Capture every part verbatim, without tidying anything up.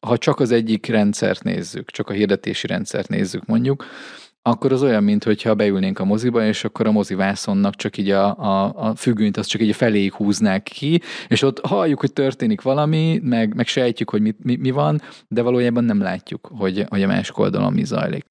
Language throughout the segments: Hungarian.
ha csak az egyik rendszert nézzük, csak a hirdetési rendszert nézzük mondjuk, akkor az olyan, mintha beülnénk a moziba, és akkor a mozivászonnak csak így a, a, a függönyt, azt csak így a feléig húznák ki, és ott halljuk, hogy történik valami, meg, meg sejtjük, hogy mi, mi, mi van, de valójában nem látjuk, hogy, hogy a másik oldalon mi zajlik.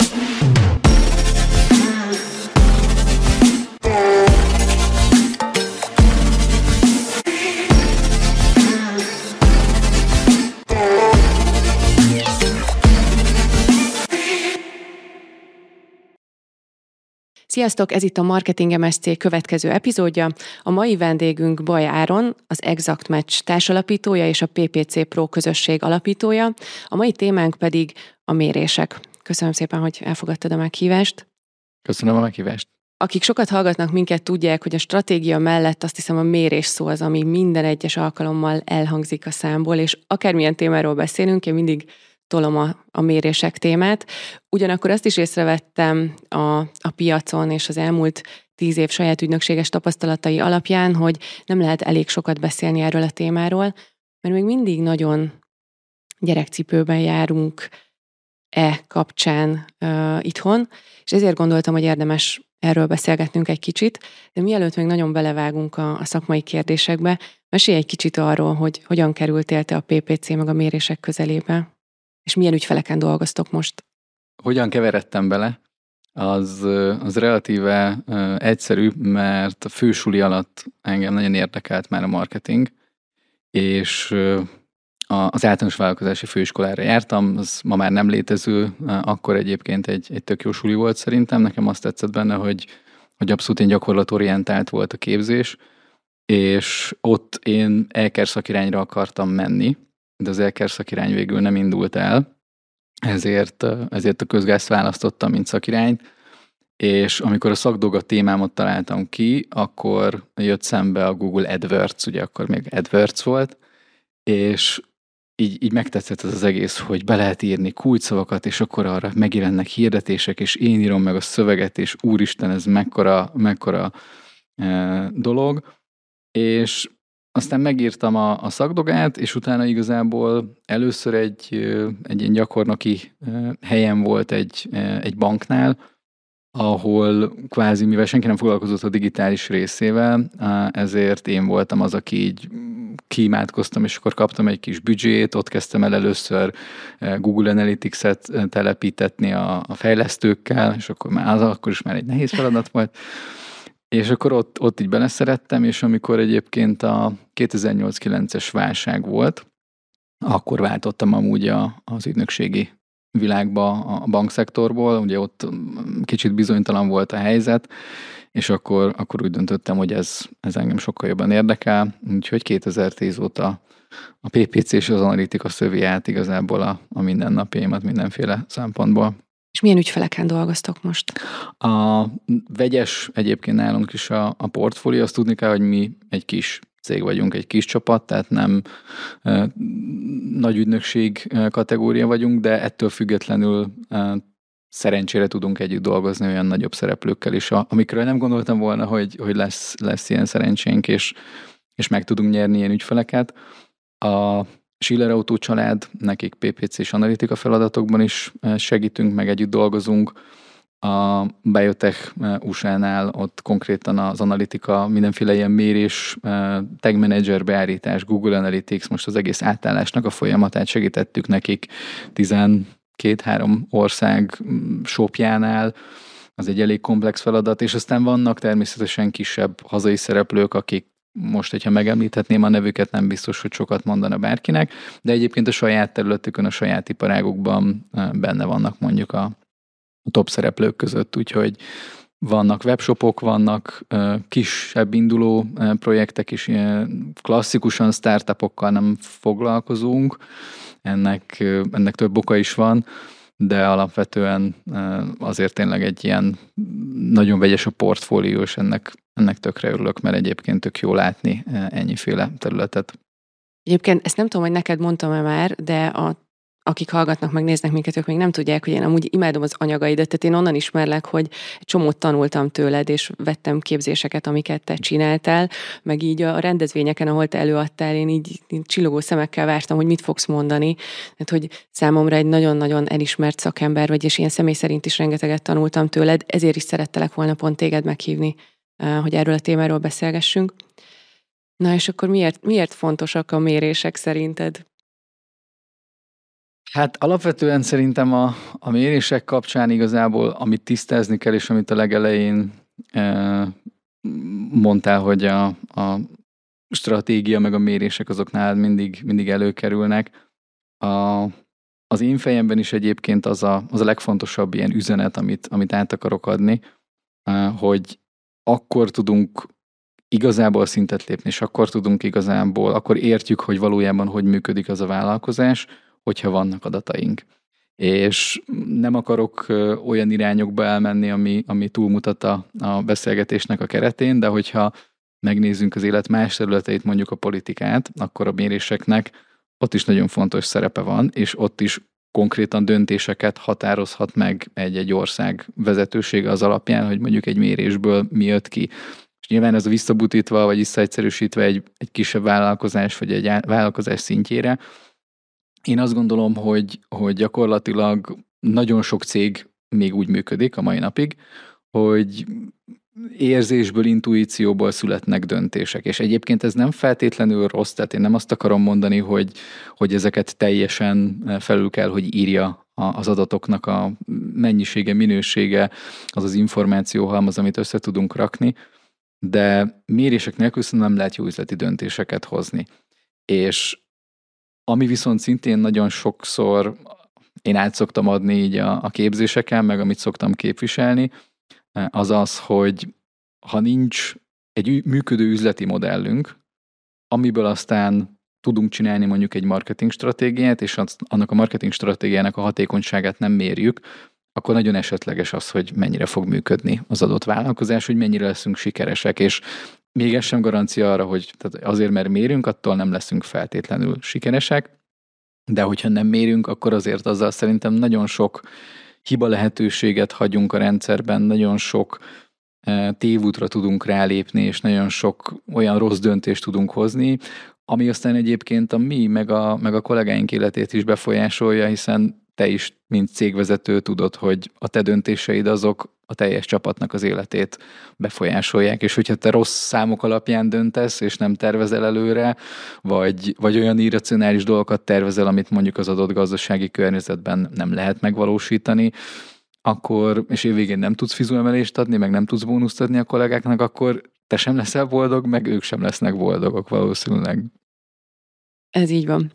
Sziasztok, ez itt a Marketing em es cé következő epizódja. A mai vendégünk Baj Áron, az Exact Match társalapítója és a pé pé cé Pro közösség alapítója. A mai témánk pedig a mérések. Köszönöm szépen, hogy elfogadtad a meghívást. Köszönöm a meghívást. Akik sokat hallgatnak minket, tudják, hogy a stratégia mellett azt hiszem a mérés szó az, ami minden egyes alkalommal elhangzik a számból, és akármilyen témáról beszélünk, én mindig tolom a, a mérések témát. Ugyanakkor azt is észrevettem a, a piacon és az elmúlt tíz év saját ügynökséges tapasztalatai alapján, hogy nem lehet elég sokat beszélni erről a témáról, mert még mindig nagyon gyerekcipőben járunk e kapcsán uh, itthon, és ezért gondoltam, hogy érdemes erről beszélgetnünk egy kicsit, de mielőtt még nagyon belevágunk a, a szakmai kérdésekbe, mesélj egy kicsit arról, hogy hogyan kerültél te a pé pé cé meg a mérések közelébe. És milyen ügyfeleken dolgoztok most? Hogyan keveredtem bele? Az, az relatíve uh, egyszerű, mert a fősuli alatt engem nagyon érdekelt már a marketing, és uh, az általános vállalkozási főiskolára jártam, az ma már nem létező, uh, akkor egyébként egy, egy tök jó suli volt szerintem, nekem azt tetszett benne, hogy, hogy abszolút én gyakorlatorientált volt a képzés, és ott én elker szakirányra akartam menni, de az elker szakirány végül nem indult el, ezért, ezért a közgázt választottam, mint szakirányt, és amikor a szakdolga témámat találtam ki, akkor jött szembe a Google AdWords, ugye akkor még AdWords volt, és így, így megtetszett ez az egész, hogy be lehet írni kulcsszavakat, és akkor arra megjelennek hirdetések, és én írom meg a szöveget, és úristen, ez mekkora, mekkora eh, dolog, és aztán megírtam a, a szakdogát, és utána igazából először egy, egy ilyen gyakornoki helyen volt egy, egy banknál, ahol kvázi, mivel senki nem foglalkozott a digitális részével, ezért én voltam az, aki így kiimádkoztam, és akkor kaptam egy kis büdzsét, ott kezdtem el először Google Analytics-et telepítetni a, a fejlesztőkkel, és akkor már az akkor is már egy nehéz feladat volt. És akkor ott, ott így beleszerettem, és amikor egyébként a kétezer-nyolc kilences válság volt, akkor váltottam amúgy a, az ügynökségi világba a bankszektorból, ugye ott kicsit bizonytalan volt a helyzet, és akkor, akkor úgy döntöttem, hogy ez, ez engem sokkal jobban érdekel, úgyhogy kétezer-tíz óta a pé pé cé és az analitika szövi át igazából a, a mindennapjaimat mindenféle szempontból. És milyen ügyfeleken dolgoztok most? A vegyes egyébként nálunk is a, a portfólió, azt tudni kell, hogy mi egy kis cég vagyunk, egy kis csapat, tehát nem e, nagy ügynökség kategória vagyunk, de ettől függetlenül e, szerencsére tudunk együtt dolgozni olyan nagyobb szereplőkkel is, amikről nem gondoltam volna, hogy, hogy lesz, lesz ilyen szerencsénk, és, és meg tudunk nyerni ilyen ügyfeleket. A Schiller Autó család, nekik pé pé cé és analitika feladatokban is segítünk, meg együtt dolgozunk. A Biotech u es á-nál ott konkrétan az analitika, mindenféle ilyen mérés, tag manager beállítás, Google Analytics, most az egész átállásnak a folyamatát segítettük nekik tizenkét-három ország shopjánál. Az egy elég komplex feladat, és aztán vannak természetesen kisebb hazai szereplők, akik most, hogyha megemlíthetném a nevüket, nem biztos, hogy sokat mondana bárkinek, de egyébként a saját területükön, a saját iparágokban benne vannak mondjuk a, a top szereplők között, úgyhogy vannak webshopok, vannak kisebb induló projektek is, klasszikusan startupokkal nem foglalkozunk, ennek, ennek több oka is van, de alapvetően azért tényleg egy ilyen nagyon vegyes a portfólió, és ennek, ennek tökre örülök, mert egyébként tök jó látni ennyiféle területet. Egyébként ezt nem tudom, hogy neked mondtam-e már, de a, akik hallgatnak, meg néznek minket, ők még nem tudják, hogy én amúgy imádom az anyagaidat, tehát én onnan ismerlek, hogy egy csomót tanultam tőled, és vettem képzéseket, amiket te csináltál, meg így a rendezvényeken, ahol te előadtál, én így, így csillogó szemekkel vártam, hogy mit fogsz mondani. Tehát, hogy számomra egy nagyon-nagyon elismert szakember vagy, és én személy szerint is rengeteget tanultam tőled, ezért is szerettelek volna pont téged meghívni, hogy erről a témáról beszélgessünk. Na és akkor miért, miért fontosak a mérések szerinted? Hát alapvetően szerintem a, a mérések kapcsán igazából, amit tisztázni kell, és amit a legelején e, mondtál, hogy a, a stratégia meg a mérések azok nálad mindig, mindig előkerülnek. A, az én fejemben is egyébként az a, az a legfontosabb ilyen üzenet, amit, amit át akarok adni, e, hogy akkor tudunk igazából szintet lépni, és akkor tudunk igazából, akkor értjük, hogy valójában hogy működik az a vállalkozás, hogyha vannak adataink. És nem akarok olyan irányokba elmenni, ami, ami túlmutat a, a beszélgetésnek a keretén, de hogyha megnézzünk az élet más területeit, mondjuk a politikát, akkor a méréseknek ott is nagyon fontos szerepe van, és ott is konkrétan döntéseket határozhat meg egy-egy ország vezetősége az alapján, hogy mondjuk egy mérésből mi jött ki. És nyilván ez a visszabutítva, vagy visszaegyszerűsítve egy, egy kisebb vállalkozás, vagy egy vállalkozás szintjére. Én azt gondolom, hogy, hogy gyakorlatilag nagyon sok cég még úgy működik a mai napig, hogy érzésből, intuícióból születnek döntések. És egyébként ez nem feltétlenül rossz, tehát én nem azt akarom mondani, hogy, hogy ezeket teljesen felül kell, hogy írja az adatoknak a mennyisége, minősége, az az információhalmaz, amit össze tudunk rakni, de mérések nélkül nem lehet jó üzleti döntéseket hozni. És ami viszont szintén nagyon sokszor én át szoktam adni így a, a képzéseken, meg amit szoktam képviselni, az az, hogy ha nincs egy működő üzleti modellünk, amiből aztán tudunk csinálni mondjuk egy marketing stratégiát, és annak a marketing stratégiának a hatékonyságát nem mérjük, akkor nagyon esetleges az, hogy mennyire fog működni az adott vállalkozás, hogy mennyire leszünk sikeresek, és még ez sem garancia arra, hogy tehát azért, mert mérünk, attól nem leszünk feltétlenül sikeresek, de hogyha nem mérünk, akkor azért azzal szerintem nagyon sok hiba lehetőséget hagyunk a rendszerben, nagyon sok tévútra tudunk rálépni, és nagyon sok olyan rossz döntést tudunk hozni, ami aztán egyébként a mi, meg a, meg a kollégáink életét is befolyásolja, hiszen te is, mint cégvezető tudod, hogy a te döntéseid azok a teljes csapatnak az életét befolyásolják, és hogyha te rossz számok alapján döntesz, és nem tervezel előre, vagy, vagy olyan irracionális dolgokat tervezel, amit mondjuk az adott gazdasági környezetben nem lehet megvalósítani, akkor, és évvégén nem tudsz fizuemelést adni, meg nem tudsz bónuszt adni a kollégáknak, akkor te sem leszel boldog, meg ők sem lesznek boldogok valószínűleg. Ez így van.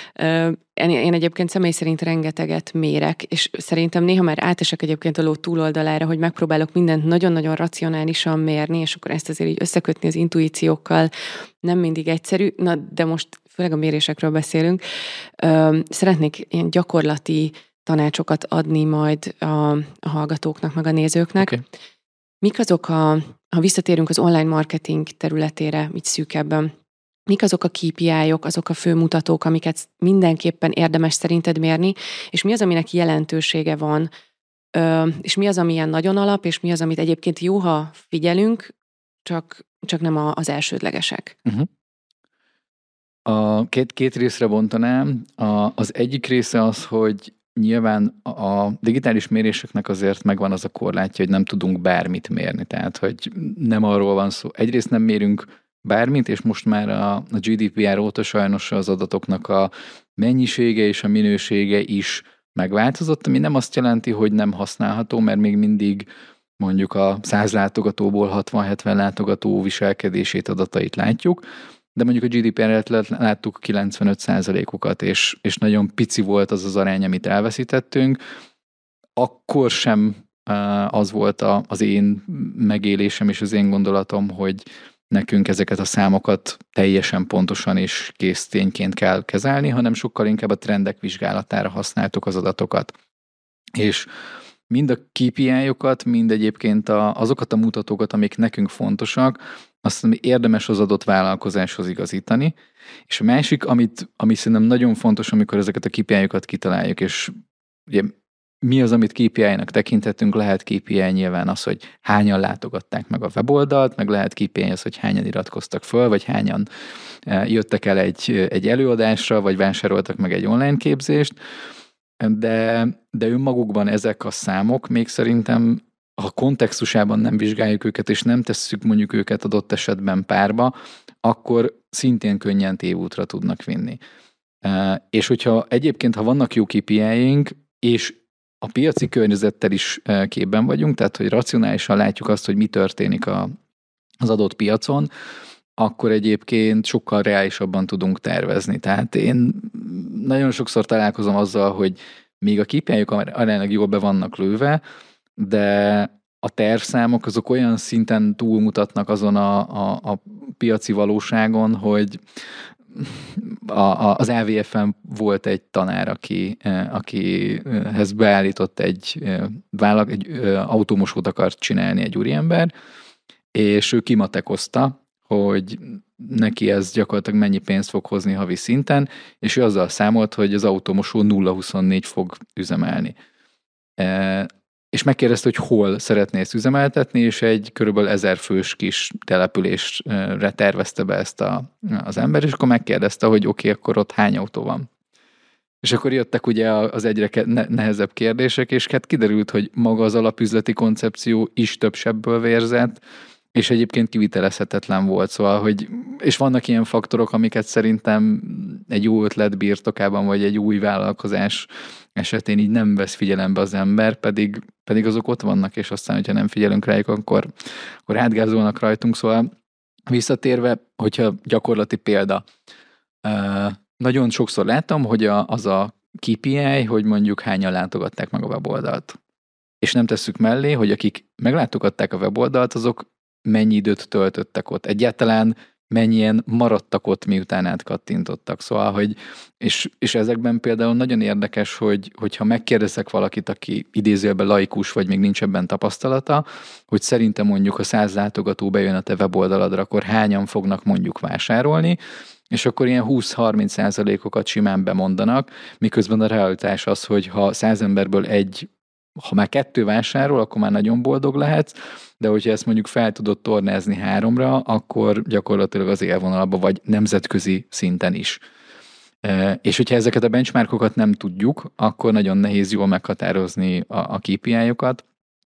Én egyébként személy szerint rengeteget mérek, és szerintem néha már átesek egyébként a ló túloldalára, hogy megpróbálok mindent nagyon-nagyon racionálisan mérni, és akkor ezt azért így összekötni az intuíciókkal nem mindig egyszerű, na de most főleg a mérésekről beszélünk. Szeretnék ilyen gyakorlati tanácsokat adni majd a, a hallgatóknak, meg a nézőknek. Okay. Mik azok a, ha visszatérünk az online marketing területére, így szűkebben, mik azok a ká pé í-ok, azok a főmutatók, amiket mindenképpen érdemes szerinted mérni, és mi az, aminek jelentősége van, és mi az, ami ilyen nagyon alap, és mi az, amit egyébként jó, ha figyelünk, csak, csak nem az elsődlegesek. Uh-huh. A két, két részre bontanám. A, az egyik része az, hogy nyilván a digitális méréseknek azért megvan az a korlátja, hogy nem tudunk bármit mérni. Tehát, hogy nem arról van szó. Egyrészt nem mérünk bármit, és most már a, a gé dé pé er óta sajnos az adatoknak a mennyisége és a minősége is megváltozott, ami nem azt jelenti, hogy nem használható, mert még mindig mondjuk a száz látogatóból hatvan-hetven látogató viselkedését, adatait látjuk, de mondjuk a gé dé pé er-et láttuk kilencvenöt százalékokat, és, és nagyon pici volt az az arány, amit elveszítettünk. Akkor sem az volt a, az én megélésem és az én gondolatom, hogy nekünk ezeket a számokat teljesen pontosan és kész tényként kell kezelni, hanem sokkal inkább a trendek vizsgálatára használtuk az adatokat. És mind a ká pé í-okat, mind egyébként a, azokat a mutatókat, amik nekünk fontosak, azt érdemes az adott vállalkozáshoz igazítani. És a másik, amit, ami szerintem nagyon fontos, amikor ezeket a ká pé í-okat kitaláljuk, és ugye mi az, amit ká pé í-nak tekinthetünk, lehet ká pé í nyilván az, hogy hányan látogatták meg a weboldalt, meg lehet ká pé í az, hogy hányan iratkoztak föl, vagy hányan jöttek el egy, egy előadásra, vagy vásároltak meg egy online képzést, de, de önmagukban ezek a számok még szerintem, ha kontextusában nem vizsgáljuk őket, és nem tesszük mondjuk őket adott esetben párba, akkor szintén könnyen tévútra tudnak vinni. És hogyha egyébként, ha vannak jó ká pé í-ink, és a piaci környezettel is képben vagyunk, tehát hogy racionálisan látjuk azt, hogy mi történik a, az adott piacon, akkor egyébként sokkal reálisabban tudunk tervezni. Tehát én nagyon sokszor találkozom azzal, hogy még a ká pé í-ok aránylag jól be vannak lőve, de a tervszámok azok olyan szinten túlmutatnak azon a, a, a piaci valóságon, hogy a, a, az á vé ef-en volt egy tanár, aki, akihez beállított egy, vállag, egy autómosót akart csinálni egy úriember, és ő kimatekozta, hogy neki ez gyakorlatilag mennyi pénzt fog hozni havi szinten, és ő azzal számolt, hogy az autómosó nulla egész huszonnégy fog üzemelni. E, és megkérdezte, hogy hol szeretné ezt üzemeltetni, és egy körülbelül ezer fős kis településre tervezte be ezt a, az ember, és akkor megkérdezte, hogy oké, okay, akkor ott hány autó van. És akkor jöttek ugye az egyre nehezebb kérdések, és hát kiderült, hogy maga az alapüzleti koncepció is több sebből vérzett, és egyébként kivitelezhetetlen volt, szóval, hogy, és vannak ilyen faktorok, amiket szerintem egy jó ötlet birtokában, vagy egy új vállalkozás esetén így nem vesz figyelembe az ember, pedig, pedig azok ott vannak, és aztán, hogyha nem figyelünk rájuk, akkor, akkor átgázolnak rajtunk, szóval visszatérve, hogyha gyakorlati példa, nagyon sokszor láttam, hogy a, az a ká pé í, hogy mondjuk hányan látogatták meg a weboldalt. És nem tesszük mellé, hogy akik meglátogatták a weboldalt, azok mennyi időt töltöttek ott. Egyáltalán mennyien maradtak ott, miután átkattintottak. Szóval, hogy, és, és ezekben például nagyon érdekes, hogy, hogyha megkérdezek valakit, aki idézőjelben laikus, vagy még nincs ebben tapasztalata, hogy szerintem mondjuk, ha száz látogató bejön a te weboldaladra, akkor hányan fognak mondjuk vásárolni, és akkor ilyen húsz-harminc százalékokat simán bemondanak, miközben a realitás az, hogy ha száz emberből egy, ha már kettő vásárol, akkor már nagyon boldog lehetsz, de hogyha ezt mondjuk fel tudod tornázni háromra, akkor gyakorlatilag az élvonalban vagy nemzetközi szinten is. És hogyha ezeket a benchmarkokat nem tudjuk, akkor nagyon nehéz jól meghatározni a, a ká pé í-okat.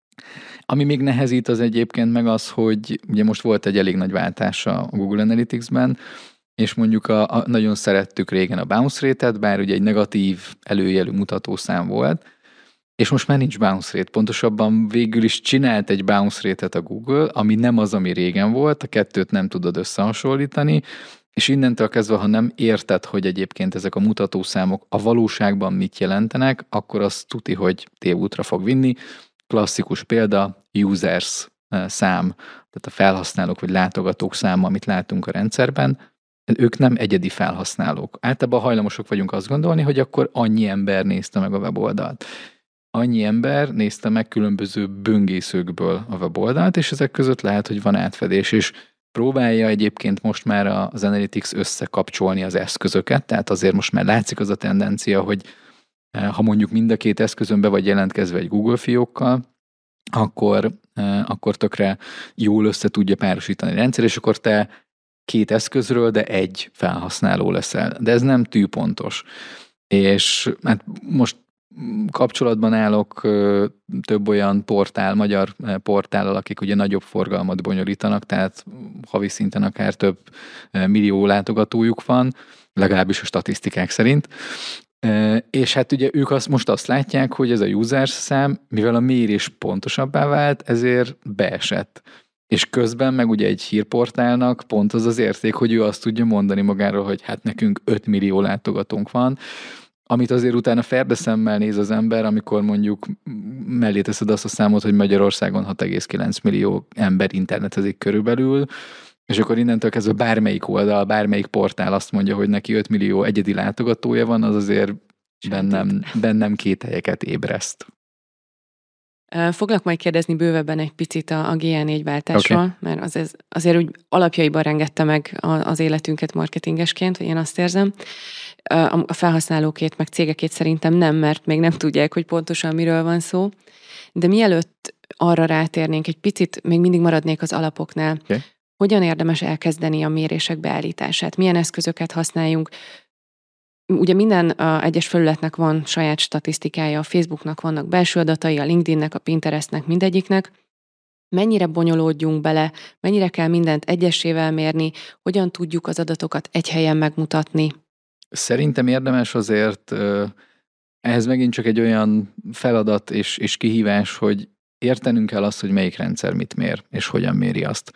Ami még nehezít az egyébként meg az, hogy ugye most volt egy elég nagy váltás a Google Analytics-ben, és mondjuk a, a, nagyon szerettük régen a bounce rate-et, bár ugye egy negatív előjelű mutatószám volt, és most már nincs bounce rate. Pontosabban végül is csinált egy bounce rate-et a Google, ami nem az, ami régen volt, a kettőt nem tudod összehasonlítani, és innentől kezdve, ha nem érted, hogy egyébként ezek a mutatószámok a valóságban mit jelentenek, akkor az tuti, hogy tévútra fog vinni. Klasszikus példa, users szám, tehát a felhasználók vagy látogatók száma, amit látunk a rendszerben, ők nem egyedi felhasználók. Általában hajlamosak vagyunk azt gondolni, hogy akkor annyi ember nézte meg a weboldalt. Annyi ember nézte meg különböző böngészőkből a weboldalt, és ezek között lehet, hogy van átfedés, és próbálja egyébként most már az Analytics összekapcsolni az eszközöket, tehát azért most már látszik az a tendencia, hogy ha mondjuk mind a két eszközön be vagy jelentkezve egy Google fiókkal, akkor, akkor tökre jól össze tudja párosítani a rendszer, és akkor te két eszközről, de egy felhasználó leszel. De ez nem tűpontos. És hát most kapcsolatban állok több olyan portál, magyar portállal, akik ugye nagyobb forgalmat bonyolítanak, tehát havi szinten akár több millió látogatójuk van, legalábbis a statisztikák szerint. És hát ugye ők azt, most azt látják, hogy ez a users szám, mivel a mérés pontosabbá vált, ezért beesett. És közben meg ugye egy hírportálnak pont az az érték, hogy ő azt tudja mondani magáról, hogy hát nekünk öt millió látogatónk van, amit azért utána ferdeszemmel néz az ember, amikor mondjuk mellé teszed azt a számot, hogy Magyarországon hat egész kilenc millió ember internetezik körülbelül, és akkor innentől kezdve bármelyik oldal, bármelyik portál azt mondja, hogy neki öt millió egyedi látogatója van, az azért bennem, bennem két helyeket ébreszt. Foglak majd kérdezni bővebben egy picit a, a gé á négy váltásról, okay. mert az, ez azért úgy alapjaiban rengette meg az életünket marketingesként, vagy én azt érzem. A felhasználókét, meg cégekét szerintem nem, mert még nem tudják, hogy pontosan miről van szó. De mielőtt arra rátérnénk, egy picit még mindig maradnék az alapoknál, okay. Hogyan érdemes elkezdeni a mérések beállítását? Milyen eszközöket használjunk? Ugye minden a egyes felületnek van saját statisztikája, a Facebooknak vannak belső adatai, a LinkedInnek, a Pinterestnek, mindegyiknek. Mennyire bonyolódjunk bele, mennyire kell mindent egyesével mérni, hogyan tudjuk az adatokat egy helyen megmutatni? Szerintem érdemes azért, ehhez megint csak egy olyan feladat és, és kihívás, hogy értenünk kell azt, hogy melyik rendszer mit mér, és hogyan méri azt.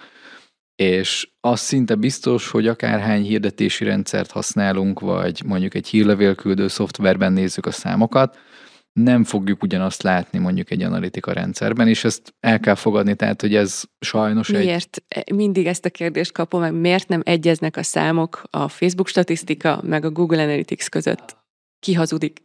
És az szinte biztos, hogy akárhány hirdetési rendszert használunk, vagy mondjuk egy hírlevélküldő szoftverben nézzük a számokat, nem fogjuk ugyanazt látni mondjuk egy analitika rendszerben, és ezt el kell fogadni, tehát hogy ez sajnos Miért? egy... Mindig ezt a kérdést kapom, meg miért nem egyeznek a számok a Facebook statisztika, meg a Google Analytics között? Ki hazudik?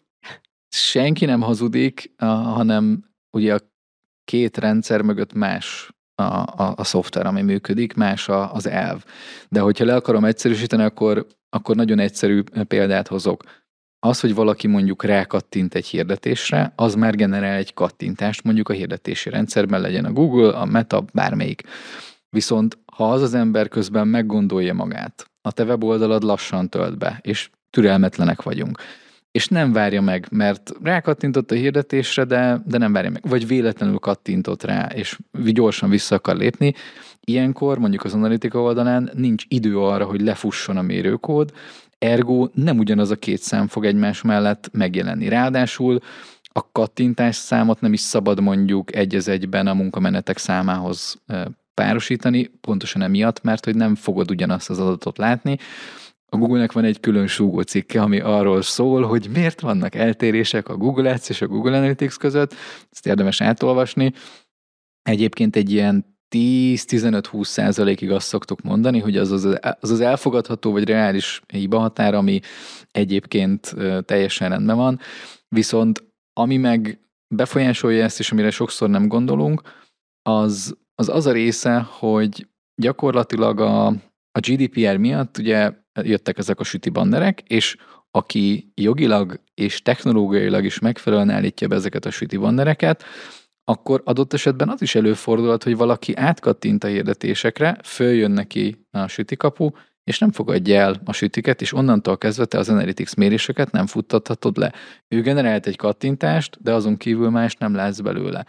Senki nem hazudik, hanem ugye a két rendszer mögött más a, a, a szoftver, ami működik, más a, az elv. De hogyha le akarom egyszerűsíteni, akkor, akkor nagyon egyszerű példát hozok. Az, hogy valaki mondjuk rákattint egy hirdetésre, az már generál egy kattintást mondjuk a hirdetési rendszerben, legyen a Google, a Meta, bármelyik. Viszont ha az az ember közben meggondolja magát, a te weboldalad lassan tölt be, és türelmetlenek vagyunk, és nem várja meg, mert rákattintott a hirdetésre, de, de nem várja meg, vagy véletlenül kattintott rá, és gyorsan vissza akar lépni, ilyenkor mondjuk az analitika oldalán nincs idő arra, hogy lefusson a mérőkód, ergo nem ugyanaz a két szám fog egymás mellett megjelenni. Ráadásul a kattintás számot nem is szabad mondjuk egy az egyben a munkamenetek számához párosítani, pontosan emiatt, mert hogy nem fogod ugyanazt az adatot látni. A Google-nek van egy külön súgó cikke, ami arról szól, hogy miért vannak eltérések a Google Ads és a Google Analytics között, ezt érdemes átolvasni. Egyébként egy ilyen tíz-tizenöt-húsz százalékig azt szoktuk mondani, hogy az az, az az elfogadható vagy reális hibahatár, ami egyébként teljesen rendben van, viszont ami meg befolyásolja ezt, és amire sokszor nem gondolunk, az az, az a része, hogy gyakorlatilag a, a gé dé pé er miatt ugye jöttek ezek a süti bannerek, és aki jogilag és technológiailag is megfelelően állítja be ezeket a süti bannereket, akkor adott esetben az is előfordulhat, hogy valaki átkattint a hirdetésekre, följön neki a sütikapu, és nem fogadja el a sütiket, és onnantól kezdve te az Analytics méréseket nem futtathatod le. Ő generált egy kattintást, de azon kívül más nem látsz belőle.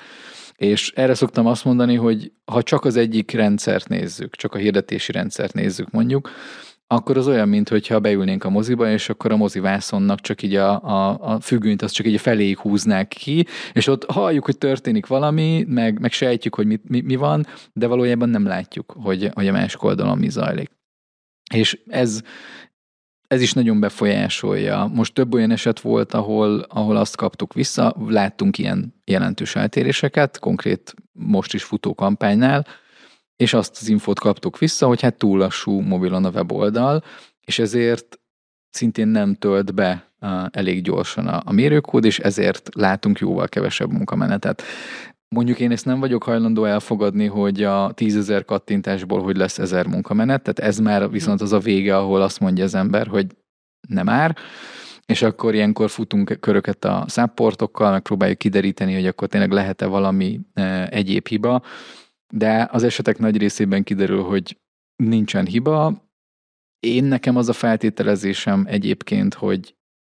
És erre szoktam azt mondani, hogy ha csak az egyik rendszert nézzük, csak a hirdetési rendszert nézzük mondjuk, akkor az olyan, mintha beülnénk a moziba, és akkor a mozivászonnak csak így a, a, a függönyt, azt csak így a feléig húznák ki, és ott halljuk, hogy történik valami, meg, meg sejtjük, hogy mi, mi, mi van, de valójában nem látjuk, hogy, hogy a másik oldalon mi zajlik. És ez, ez is nagyon befolyásolja. Most több olyan eset volt, ahol, ahol azt kaptuk vissza, láttunk ilyen jelentős eltéréseket, konkrét most is futó kampánynál, és azt az infót kaptuk vissza, hogy hát túl lassú mobilon a weboldal, és ezért szintén nem tölt be uh, elég gyorsan a, a mérőkód, és ezért látunk jóval kevesebb munkamenetet. Mondjuk én ezt nem vagyok hajlandó elfogadni, hogy a tízezer kattintásból hogy lesz ezer munkamenet, tehát ez már viszont az a vége, ahol azt mondja az ember, hogy nem már, és akkor ilyenkor futunk köröket a supportokkal, megpróbáljuk kideríteni, hogy akkor tényleg lehet-e valami uh, egyéb hiba, de az esetek nagy részében kiderül, hogy nincsen hiba. Én nekem az a feltételezésem egyébként, hogy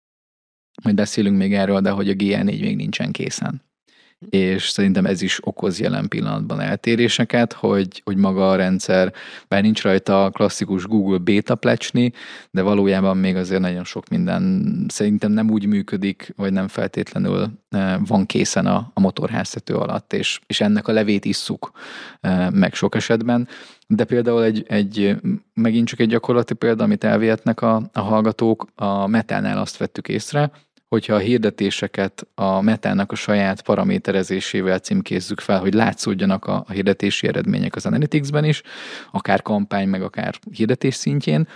majd beszélünk még erről, de hogy a gé á négy még nincsen készen. És szerintem ez is okoz jelen pillanatban eltéréseket, hogy, hogy maga a rendszer, bár nincs rajta a klasszikus Google beta plecsni, de valójában még azért nagyon sok minden szerintem nem úgy működik, vagy nem feltétlenül van készen a, a motorháztető alatt, és, és ennek a levét isszuk meg sok esetben. De például egy, egy megint csak egy gyakorlati példa, amit elvihetnek a, a hallgatók, a Metánál azt vettük észre, hogyha a hirdetéseket a Metának a saját paraméterezésével címkézzük fel, hogy látszódjanak a hirdetési eredmények az Analyticsben is, akár kampány, meg akár hirdetés szintjén,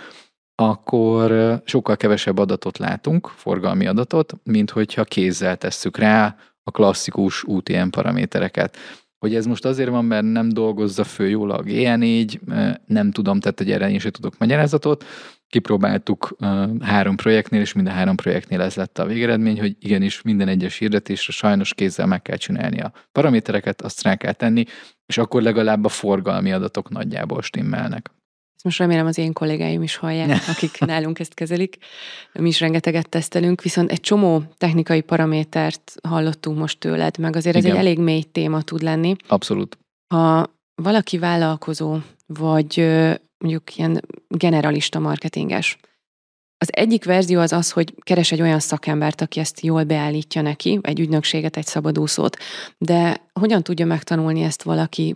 akkor sokkal kevesebb adatot látunk, forgalmi adatot, mint hogyha kézzel tesszük rá a klasszikus u té em paramétereket. Hogy ez most azért van, mert nem dolgozza föl jól a gé en négy, nem tudom, tehát hogy erre én sem tudok magyarázatot. Kipróbáltuk három projektnél, és minden három projektnél ez lett a végeredmény, hogy igenis minden egyes hirdetésre sajnos kézzel meg kell csinálni a paramétereket, azt rá kell tenni, és akkor legalább a forgalmi adatok nagyjából stimmelnek. Ezt most remélem az én kollégáim is hallják, akik nálunk ezt kezelik. Mi is rengeteget tesztelünk, viszont egy csomó technikai paramétert hallottunk most tőled, meg azért ez Igen. egy elég mély téma tud lenni. Abszolút. Ha valaki vállalkozó, vagy mondjuk ilyen generalista marketinges, az egyik verzió az az, hogy keres egy olyan szakembert, aki ezt jól beállítja neki, egy ügynökséget, egy szabadúszót, de hogyan tudja megtanulni ezt valaki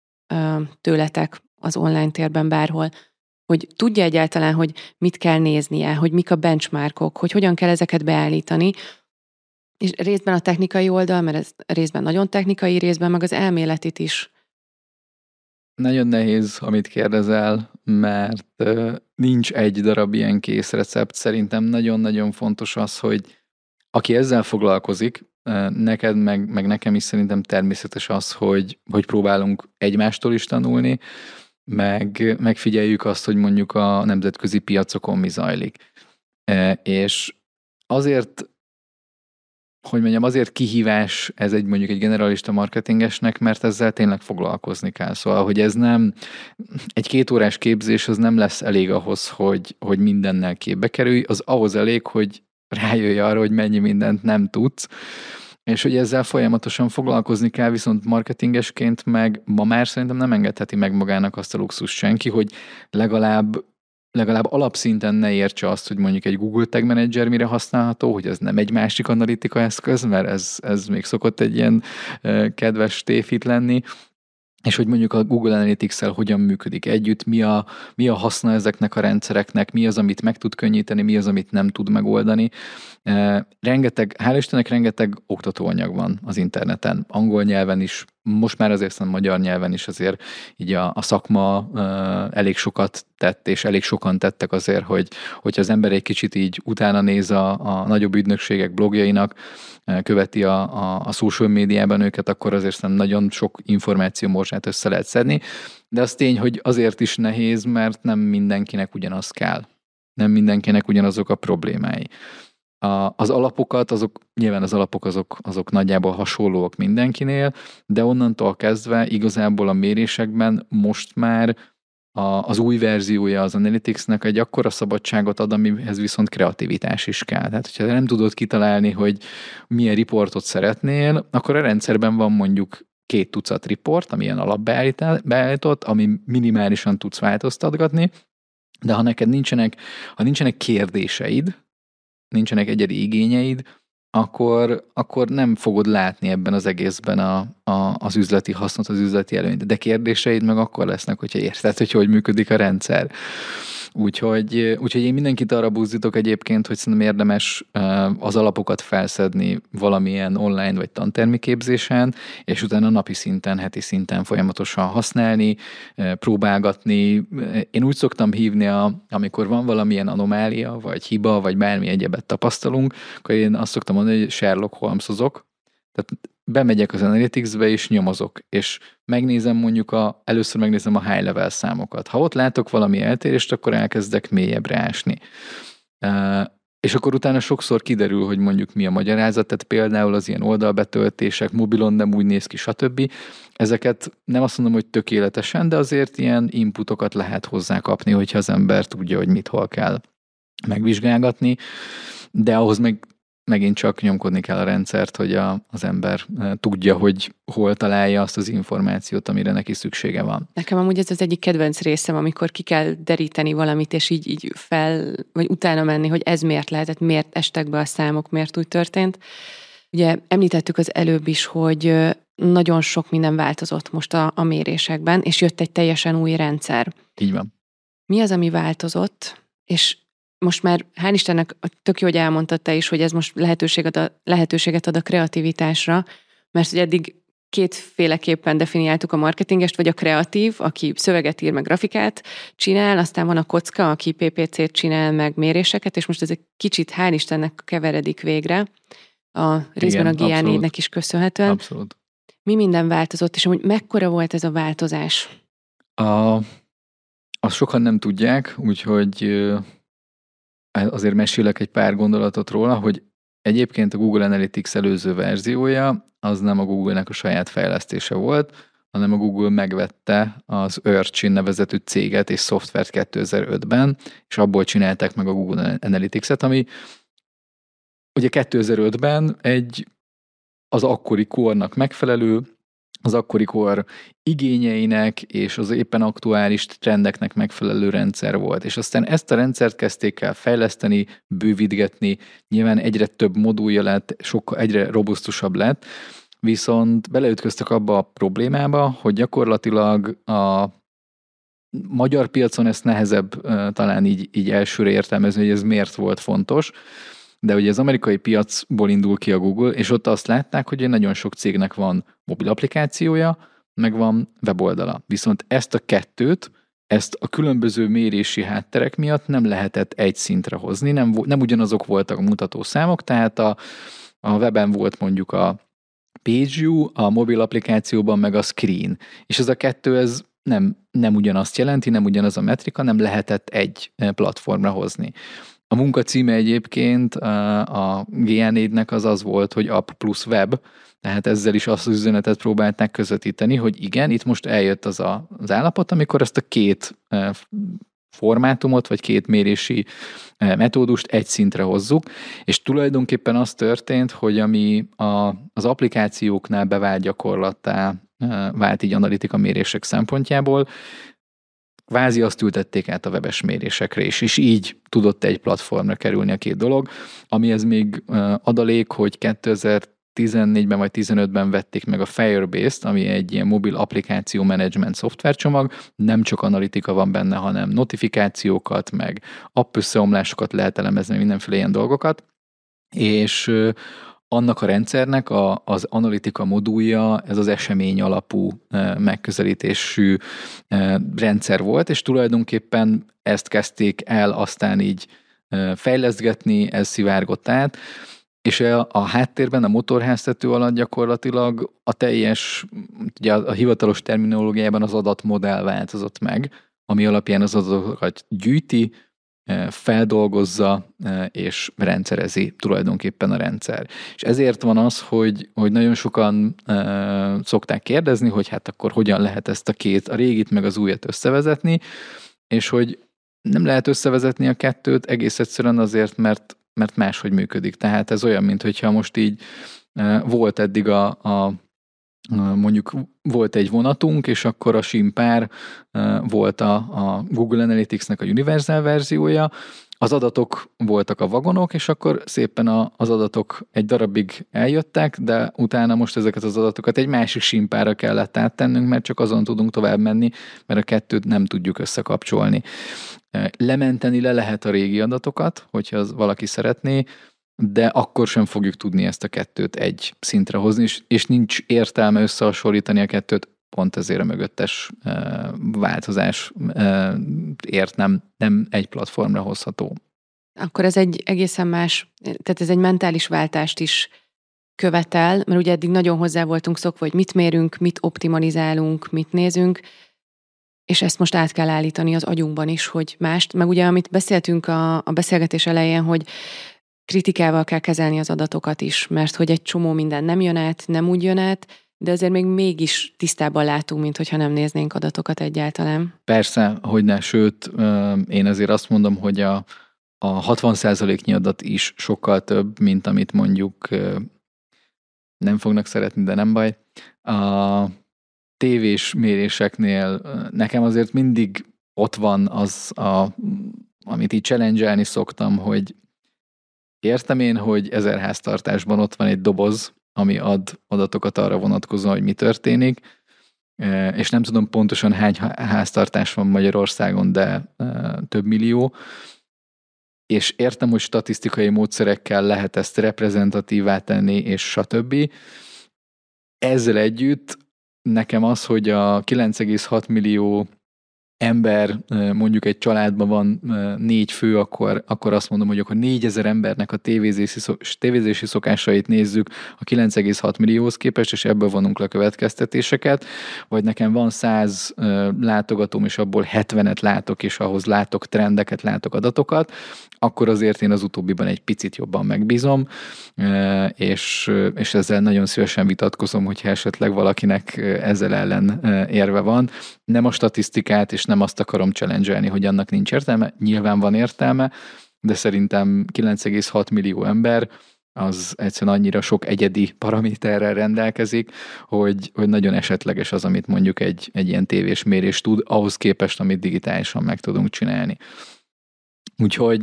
tőletek az online térben bárhol, hogy tudja egyáltalán, hogy mit kell néznie, hogy mik a benchmarkok, hogy hogyan kell ezeket beállítani, és részben a technikai oldal, mert ez részben nagyon technikai, részben meg az elméletit is. Nagyon nehéz, amit kérdezel, mert nincs egy darab ilyen kész recept. Szerintem nagyon-nagyon fontos az, hogy aki ezzel foglalkozik, neked, meg, meg nekem is szerintem természetes az, hogy, hogy próbálunk egymástól is tanulni, meg megfigyeljük azt, hogy mondjuk a nemzetközi piacokon mi zajlik. És azért, hogy mondjam, azért kihívás ez egy mondjuk egy generalista marketingesnek, mert ezzel tényleg foglalkozni kell. Szóval, hogy ez nem, egy két órás képzés az nem lesz elég ahhoz, hogy, hogy mindennel képbe kerülj, az ahhoz elég, hogy rájöjj arra, hogy mennyi mindent nem tudsz, és hogy ezzel folyamatosan foglalkozni kell, viszont marketingesként meg ma már szerintem nem engedheti meg magának azt a luxus senki, hogy legalább legalább alapszinten ne értse azt, hogy mondjuk egy Google Tag Manager mire használható, hogy ez nem egy másik analitika eszköz, mert ez, ez még szokott egy ilyen kedves tévhit lenni, és hogy mondjuk a Google Analytics-el hogyan működik együtt, mi a, mi a haszna ezeknek a rendszereknek, mi az, amit meg tud könnyíteni, mi az, amit nem tud megoldani. E, rengeteg, hál' Istennek rengeteg oktatóanyag van az interneten, angol nyelven is, most már azért szerintem magyar nyelven is azért így a, a szakma e, elég sokat tett, és elég sokan tettek azért, hogy hogyha az ember egy kicsit így utána néz a, a nagyobb ügynökségek blogjainak, követi a, a, a social médiában őket, akkor azért szerintem nagyon sok információ morzsát össze lehet szedni, de az tény, hogy azért is nehéz, mert nem mindenkinek ugyanaz kell. Nem mindenkinek ugyanazok a problémái. A, az alapokat, azok, nyilván az alapok azok, azok nagyjából hasonlóak mindenkinél, de onnantól kezdve igazából a mérésekben most már a, az új verziója az Analyticsnek egy akkora szabadságot ad, amihez viszont kreativitás is kell. Tehát, hogyha nem tudod kitalálni, hogy milyen riportot szeretnél, akkor a rendszerben van mondjuk két tucat riport, amilyen alapbeállított, ami minimálisan tudsz változtatgatni, de ha neked nincsenek, ha nincsenek kérdéseid, nincsenek egyedi igényeid, akkor, akkor nem fogod látni ebben az egészben a, a, az üzleti hasznot, az üzleti előnyt. De kérdéseid meg akkor lesznek, hogyha érted, hogy hogy működik a rendszer. Úgyhogy, úgyhogy én mindenkit arra buzdítok egyébként, hogy szerintem érdemes az alapokat felszedni valamilyen online vagy tantermi képzésen, és utána napi szinten, heti szinten folyamatosan használni, próbálgatni. Én úgy szoktam hívni, a, amikor van valamilyen anomália, vagy hiba, vagy bármi egyebet tapasztalunk, akkor én azt szoktam mondani, hogy Sherlock Holmesozok. Tehát bemegyek az Analytics-be és nyomozok, és megnézem mondjuk, a, először megnézem a high level számokat. Ha ott látok valami eltérést, akkor elkezdek mélyebbre ásni. Uh, és akkor utána sokszor kiderül, hogy mondjuk mi a magyarázat, tehát például az ilyen oldalbetöltések, mobilon nem úgy néz ki, stb. Ezeket nem azt mondom, hogy tökéletesen, de azért ilyen inputokat lehet hozzá kapni, hogyha az ember tudja, hogy mit hol kell megvizsgálgatni, de ahhoz meg megint csak nyomkodni kell a rendszert, hogy a, az ember tudja, hogy hol találja azt az információt, amire neki szüksége van. Nekem amúgy ez az egyik kedvenc részem, amikor ki kell deríteni valamit, és így, így fel, vagy utána menni, hogy ez miért lehetett, miért estek be a számok, miért úgy történt. Ugye említettük az előbb is, hogy nagyon sok minden változott most a, a mérésekben, és jött egy teljesen új rendszer. Így van. Mi az, ami változott, és most már, hál' Istennek, tök jó, hogy elmondtad te is, hogy ez most lehetőséget ad, lehetőséget ad a kreativitásra, mert ugye eddig kétféleképpen definiáltuk a marketingest, vagy a kreatív, aki szöveget ír, meg grafikát csinál, aztán van a kocka, aki pé pé cét csinál, meg méréseket, és most ez egy kicsit, hál' Istennek keveredik végre. a részben a G N négynek is köszönhetően. Abszolút. Mi minden változott, és amúgy mekkora volt ez a változás? A, azt sokan nem tudják, úgyhogy azért mesélek egy pár gondolatot róla, hogy egyébként a Google Analytics előző verziója az nem a Google-nek a saját fejlesztése volt, hanem a Google megvette az Urchin nevezetű céget és szoftvert kétezer-ötben, és abból csinálták meg a Google Analytics-et, ami ugye kétezer-ötben egy az akkori kornak megfelelő, az akkori kor igényeinek és az éppen aktuális trendeknek megfelelő rendszer volt. És aztán ezt a rendszert kezdték el fejleszteni, bővítgetni, nyilván egyre több modulja lett, sokkal egyre robusztusabb lett, viszont beleütköztek abba a problémába, hogy gyakorlatilag a magyar piacon ezt nehezebb talán így, így elsőre értelmezni, hogy ez miért volt fontos, de ugye az amerikai piacból indul ki a Google, és ott azt látták, hogy nagyon sok cégnek van mobil applikációja, meg van weboldala. Viszont ezt a kettőt, ezt a különböző mérési hátterek miatt nem lehetett egy szintre hozni, nem, nem ugyanazok voltak a mutatószámok, tehát a, a weben volt mondjuk a PageView, a mobil applikációban meg a Screen. És ez a kettő, ez nem, nem ugyanazt jelenti, nem ugyanaz a metrika, nem lehetett egy platformra hozni. A munka címe egyébként a G N négynek az az volt, hogy App plusz Web, tehát ezzel is azt az üzenetet próbálták közvetíteni, hogy igen, itt most eljött az a, az állapot, amikor ezt a két formátumot, vagy két mérési metódust egy szintre hozzuk, és tulajdonképpen az történt, hogy ami a, az applikációknál bevált gyakorlattá vált így analitika mérések szempontjából, kvázi azt ültették át a webes mérésekre is, és így tudott egy platformra kerülni a két dolog, amihez még adalék, hogy kétezer-tizennégyben vagy tizenötben vették meg a Firebase-t, ami egy ilyen mobil applikáció menedzsment szoftvercsomag, nem csak analitika van benne, hanem notifikációkat, meg app összeomlásokat lehet elemezni, mindenféle ilyen dolgokat, és annak a rendszernek a, az analitika modulja, ez az esemény alapú e, megközelítésű e, rendszer volt, és tulajdonképpen ezt kezdték el aztán így e, fejlesztgetni, ez szivárgott át, és a, a háttérben, a motorháztető alatt gyakorlatilag a teljes, ugye a, a hivatalos terminológiában az adatmodell változott meg, ami alapján az adatokat gyűjti, feldolgozza és rendszerezi tulajdonképpen a rendszer. És ezért van az, hogy, hogy nagyon sokan e, szokták kérdezni, hogy hát akkor hogyan lehet ezt a két, a régit meg az újat összevezetni, és hogy nem lehet összevezetni a kettőt egész egyszerűen azért, mert, mert máshogy működik. Tehát ez olyan, mint hogyha most így e, volt eddig a, a mondjuk volt egy vonatunk, és akkor a simpár volt a, a Google Analytics-nek a universal verziója, az adatok voltak a vagonok, és akkor szépen a, az adatok egy darabig eljöttek, de utána most ezeket az adatokat egy másik simpára kellett áttennünk, mert csak azon tudunk tovább menni, mert a kettőt nem tudjuk összekapcsolni. Lementeni le lehet a régi adatokat, hogyha az valaki szeretné, de akkor sem fogjuk tudni ezt a kettőt egy szintre hozni, és, és nincs értelme összehasonlítani a kettőt, pont ezért a mögöttes e, változás e, ért nem, nem egy platformra hozható. Akkor ez egy egészen más, tehát ez egy mentális váltást is követel, mert ugye eddig nagyon hozzá voltunk szokva, hogy mit mérünk, mit optimalizálunk, mit nézünk, és ezt most át kell állítani az agyunkban is, hogy mást, meg ugye amit beszéltünk a, a beszélgetés elején, hogy kritikával kell kezelni az adatokat is, mert hogy egy csomó minden nem jön át, nem úgy jön át, de azért még mégis tisztában látunk, mint hogyha nem néznénk adatokat egyáltalán. Persze, hogy ne, sőt, én azért azt mondom, hogy a, a hatvan százaléknyi adat is sokkal több, mint amit mondjuk nem fognak szeretni, de nem baj. A tévés méréseknél nekem azért mindig ott van az, a, amit így challenge-elni szoktam, hogy értem én, hogy ezer háztartásban ott van egy doboz, ami ad adatokat arra vonatkozóan, hogy mi történik, és nem tudom pontosan hány háztartás van Magyarországon, de több millió, és értem, hogy statisztikai módszerekkel lehet ezt reprezentatívá tenni, és stb. Ezzel együtt nekem az, hogy a kilenc egész hat millió ember, mondjuk egy családban van négy fő, akkor, akkor azt mondom, hogy akkor négyezer embernek a tévézési, tévézési szokásait nézzük a kilenc egész hat millióhoz képest, és ebből vonunk le következtetéseket, vagy nekem van száz látogatóm, és abból hetvenet látok, és ahhoz látok trendeket, látok adatokat, akkor azért én az utóbbiban egy picit jobban megbízom, és, és ezzel nagyon szívesen vitatkozom, hogyha esetleg valakinek ezzel ellen érve van. Nem a statisztikát, és nem azt akarom challenge-elni, hogy annak nincs értelme. Nyilván van értelme, de szerintem kilenc egész hat millió ember az egyszerűen annyira sok egyedi paraméterrel rendelkezik, hogy, hogy nagyon esetleges az, amit mondjuk egy, egy ilyen tévés mérés tud, ahhoz képest, amit digitálisan meg tudunk csinálni. Úgyhogy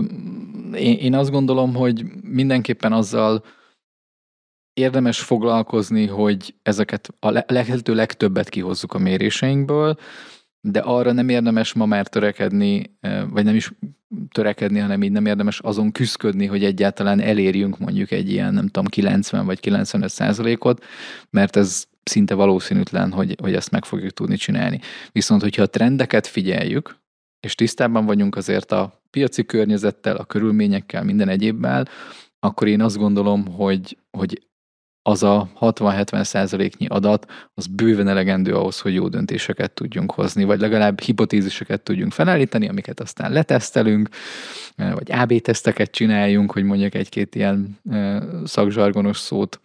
én, én azt gondolom, hogy mindenképpen azzal érdemes foglalkozni, hogy ezeket a lehető legtöbbet kihozzuk a méréseinkből, de arra nem érdemes ma már törekedni, vagy nem is törekedni, hanem így nem érdemes azon küszködni, hogy egyáltalán elérjünk mondjuk egy ilyen, nem tudom, kilencven vagy kilencvenöt százalékot, mert ez szinte valószínűtlen, hogy, hogy ezt meg fogjuk tudni csinálni. Viszont, hogyha a trendeket figyeljük, és tisztában vagyunk azért a piaci környezettel, a körülményekkel, minden egyébbel, akkor én azt gondolom, hogy, hogy az a hatvan-hetven százaléknyi adat, az bőven elegendő ahhoz, hogy jó döntéseket tudjunk hozni, vagy legalább hipotéziseket tudjunk felállítani, amiket aztán letesztelünk, vagy á bé teszteket csináljunk, hogy mondjak egy-két ilyen szakzsargonos szót.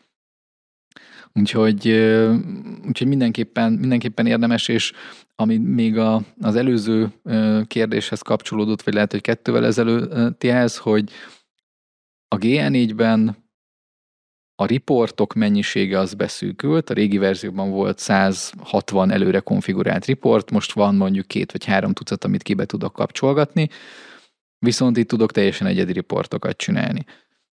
Úgyhogy, úgyhogy mindenképpen, mindenképpen érdemes, és ami még a, az előző kérdéshez kapcsolódott, vagy lehet, hogy kettővel ezelőttihez, hogy a gé á négyben a riportok mennyisége az beszűkült, a régi verzióban volt száz hatvan előre konfigurált riport, most van mondjuk két vagy három tucat, amit kibe tudok kapcsolgatni, viszont itt tudok teljesen egyedi riportokat csinálni.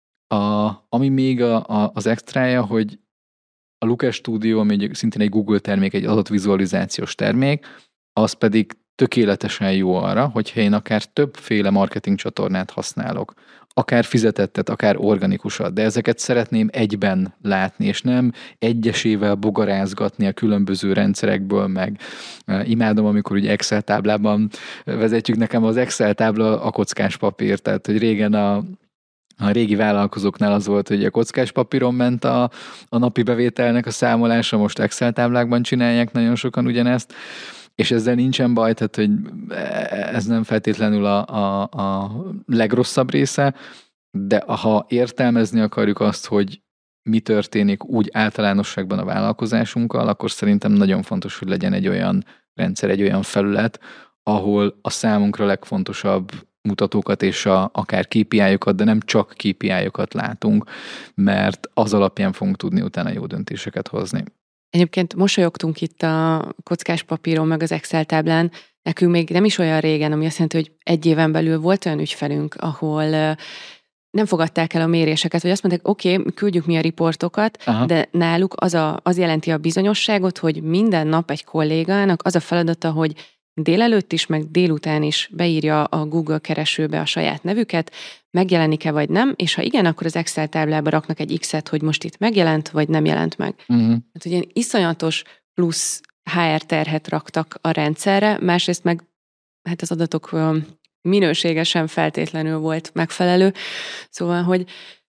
A, ami még a, a, az extrája, hogy a Looker Studio, ami szintén egy Google termék, egy adatvizualizációs termék, az pedig tökéletesen jó arra, hogyha én akár többféle marketing csatornát használok, akár fizetettet, akár organikusat, de ezeket szeretném egyben látni, és nem egyesével bogarázgatni a különböző rendszerekből, meg imádom, amikor ugye Excel táblában vezetjük, nekem az Excel tábla a kockás papír, tehát hogy régen a A régi vállalkozóknál az volt, hogy a kockás papíron ment a, a napi bevételnek a számolása, most Excel táblákban csinálják nagyon sokan ugyanezt, és ezzel nincsen baj, tehát hogy ez nem feltétlenül a, a, a legrosszabb része, de ha értelmezni akarjuk azt, hogy mi történik úgy általánosságban a vállalkozásunkkal, akkor szerintem nagyon fontos, hogy legyen egy olyan rendszer, egy olyan felület, ahol a számunkra legfontosabb mutatókat és a, akár ká pé í-okat, de nem csak ká pé í-okat látunk, mert az alapján fogunk tudni utána jó döntéseket hozni. Egyébként mosolyogtunk itt a kockás papíron, meg az Excel táblán, nekünk még nem is olyan régen, ami azt jelenti, hogy egy éven belül volt olyan ügyfelünk, ahol nem fogadták el a méréseket, vagy azt mondták, oké, okay, küldjük mi a riportokat, Aha. de náluk az, a, az jelenti a bizonyosságot, hogy minden nap egy kollégának az a feladata, hogy délelőtt is, meg délután is beírja a Google keresőbe a saját nevüket, megjelenik-e vagy nem, és ha igen, akkor az Excel táblába raknak egy X-et, hogy most itt megjelent, vagy nem jelent meg. Uh-huh. Hát ugye iszonyatos plusz há er terhet raktak a rendszerre, másrészt meg hát az adatok minősége sem feltétlenül volt megfelelő. Szóval, hogy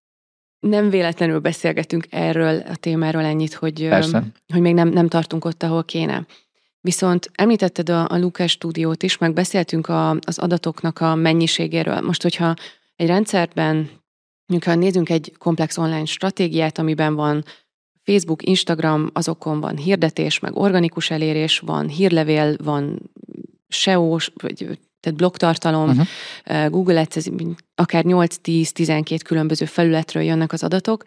nem véletlenül beszélgetünk erről a témáról ennyit, hogy, hogy még nem, nem tartunk ott, ahol kéne. Viszont említetted a, a Looker Studiót is, meg beszéltünk a, az adatoknak a mennyiségéről. Most, hogyha egy rendszerben, ha nézzünk egy komplex online stratégiát, amiben van Facebook, Instagram, azokon van hirdetés, meg organikus elérés, van hírlevél, van es e o, vagy tehát blogtartalom, uh-huh. Google Ads, akár nyolc-tíz-tizenkét különböző felületről jönnek az adatok.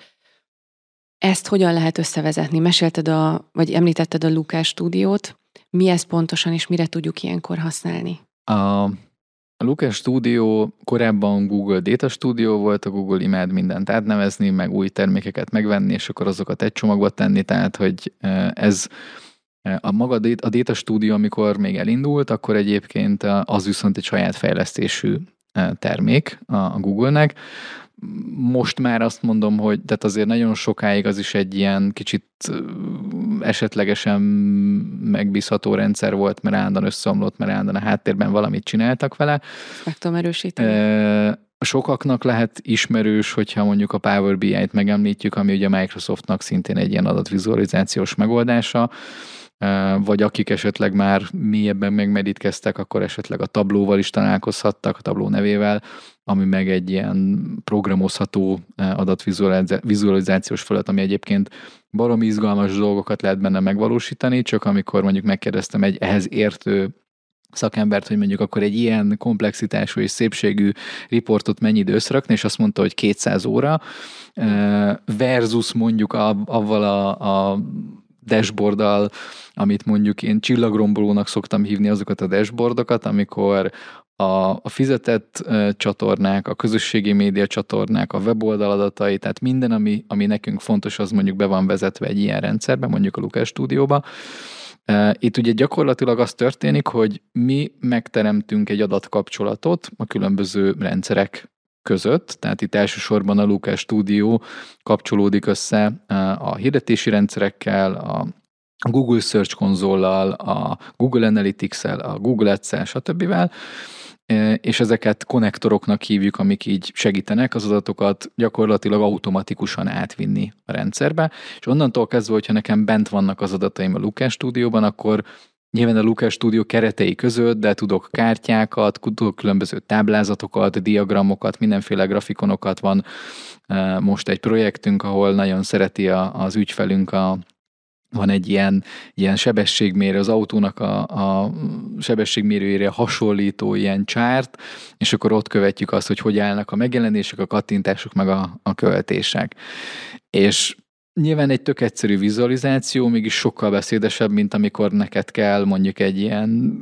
Ezt hogyan lehet összevezetni? Mesélted, a, vagy említetted a Looker Studiót. Mi ez pontosan, és mire tudjuk ilyenkor használni? A Looker Studio korábban Google Data Studio volt, a Google imád mindent átnevezni, meg új termékeket megvenni, és akkor azokat egy csomagba tenni, tehát hogy ez a maga a Data Studio, amikor még elindult, akkor egyébként az viszont egy saját fejlesztésű termék a Google-nek. most már azt mondom, hogy tehát azért nagyon sokáig az is egy ilyen kicsit esetlegesen megbízható rendszer volt, mert állandóan összeomlott, mert állandóan a háttérben valamit csináltak vele. Meg tudom erősíteni. E, sokaknak lehet ismerős, hogyha mondjuk a Power bé i-t megemlítjük, ami ugye a Microsoftnak szintén egy ilyen adatvizualizációs megoldása, vagy akik esetleg már mélyebben megmerítkeztek, akkor esetleg a Tableau-val is találkozhattak, a Tableau nevével, ami meg egy ilyen programozható adatvizualizációs felület, ami egyébként baromi izgalmas dolgokat lehet benne megvalósítani, csak amikor mondjuk megkérdeztem egy ehhez értő szakembert, hogy mondjuk akkor egy ilyen komplexitású és szépségű riportot mennyi idő összerakni, és azt mondta, hogy kétszáz óra, versus mondjuk avval a, a dashboarddal, amit mondjuk én csillagrombolónak szoktam hívni azokat a dashboardokat, amikor a, a fizetett uh, csatornák, a közösségi média csatornák, a weboldal adatai, tehát minden, ami, ami nekünk fontos, az mondjuk be van vezetve egy ilyen rendszerbe, mondjuk a Looker Studióba. Uh, itt ugye gyakorlatilag az történik, hogy mi megteremtünk egy adatkapcsolatot a különböző rendszerek között, tehát itt elsősorban a Looker Studio kapcsolódik össze a hirdetési rendszerekkel, a Google Search konzollal, a Google Analytics-el, a Google Ads-el, stb. És ezeket konnektoroknak hívjuk, amik így segítenek az adatokat gyakorlatilag automatikusan átvinni a rendszerbe, és onnantól kezdve, hogyha nekem bent vannak az adataim a Looker Studio-ban, akkor nyilván a Looker Studio keretei között, de tudok kártyákat, tudok különböző táblázatokat, diagramokat, mindenféle grafikonokat van. Most egy projektünk, ahol nagyon szereti az ügyfelünk, a, van egy ilyen, ilyen sebességmérő, az autónak a, a sebességmérőjére hasonlító ilyen chart, és akkor ott követjük azt, hogy hogy állnak a megjelenések, a kattintások, meg a, a követések. És nyilván egy tök egyszerű vizualizáció, mégis sokkal beszédesebb, mint amikor neked kell mondjuk egy ilyen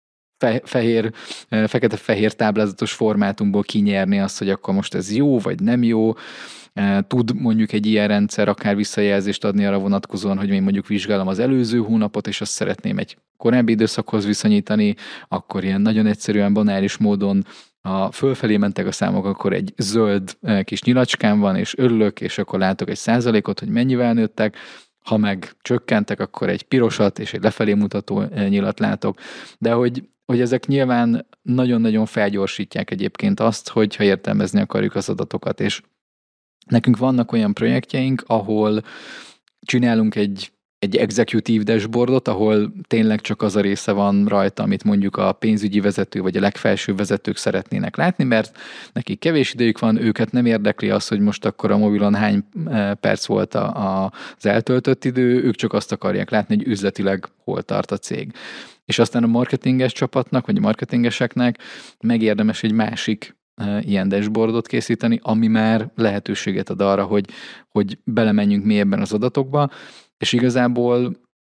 fehér, fekete-fehér táblázatos formátumból kinyerni azt, hogy akkor most ez jó, vagy nem jó. Tud mondjuk egy ilyen rendszer akár visszajelzést adni arra vonatkozóan, hogy én mondjuk vizsgálom az előző hónapot, és azt szeretném egy korábbi időszakhoz viszonyítani, akkor ilyen nagyon egyszerűen, banális módon ha fölfelé mentek a számok, akkor egy zöld kis nyilacskám van, és örülök, és akkor látok egy százalékot, hogy mennyivel nőttek, ha meg csökkentek, akkor egy pirosat és egy lefelé mutató nyilat látok. De hogy, hogy ezek nyilván nagyon-nagyon felgyorsítják egyébként azt, hogyha értelmezni akarjuk az adatokat, és nekünk vannak olyan projektjeink, ahol csinálunk egy egy executive dashboardot, ahol tényleg csak az a része van rajta, amit mondjuk a pénzügyi vezető vagy a legfelsőbb vezetők szeretnének látni, mert nekik kevés idejük van, őket nem érdekli az, hogy most akkor a mobilon hány perc volt a, a, az eltöltött idő, ők csak azt akarják látni, hogy üzletileg hol tart a cég. És aztán a marketinges csapatnak, vagy a marketingeseknek megérdemes egy másik ilyen dashboardot készíteni, ami már lehetőséget ad arra, hogy, hogy belemenjünk mélyebben az adatokba, és igazából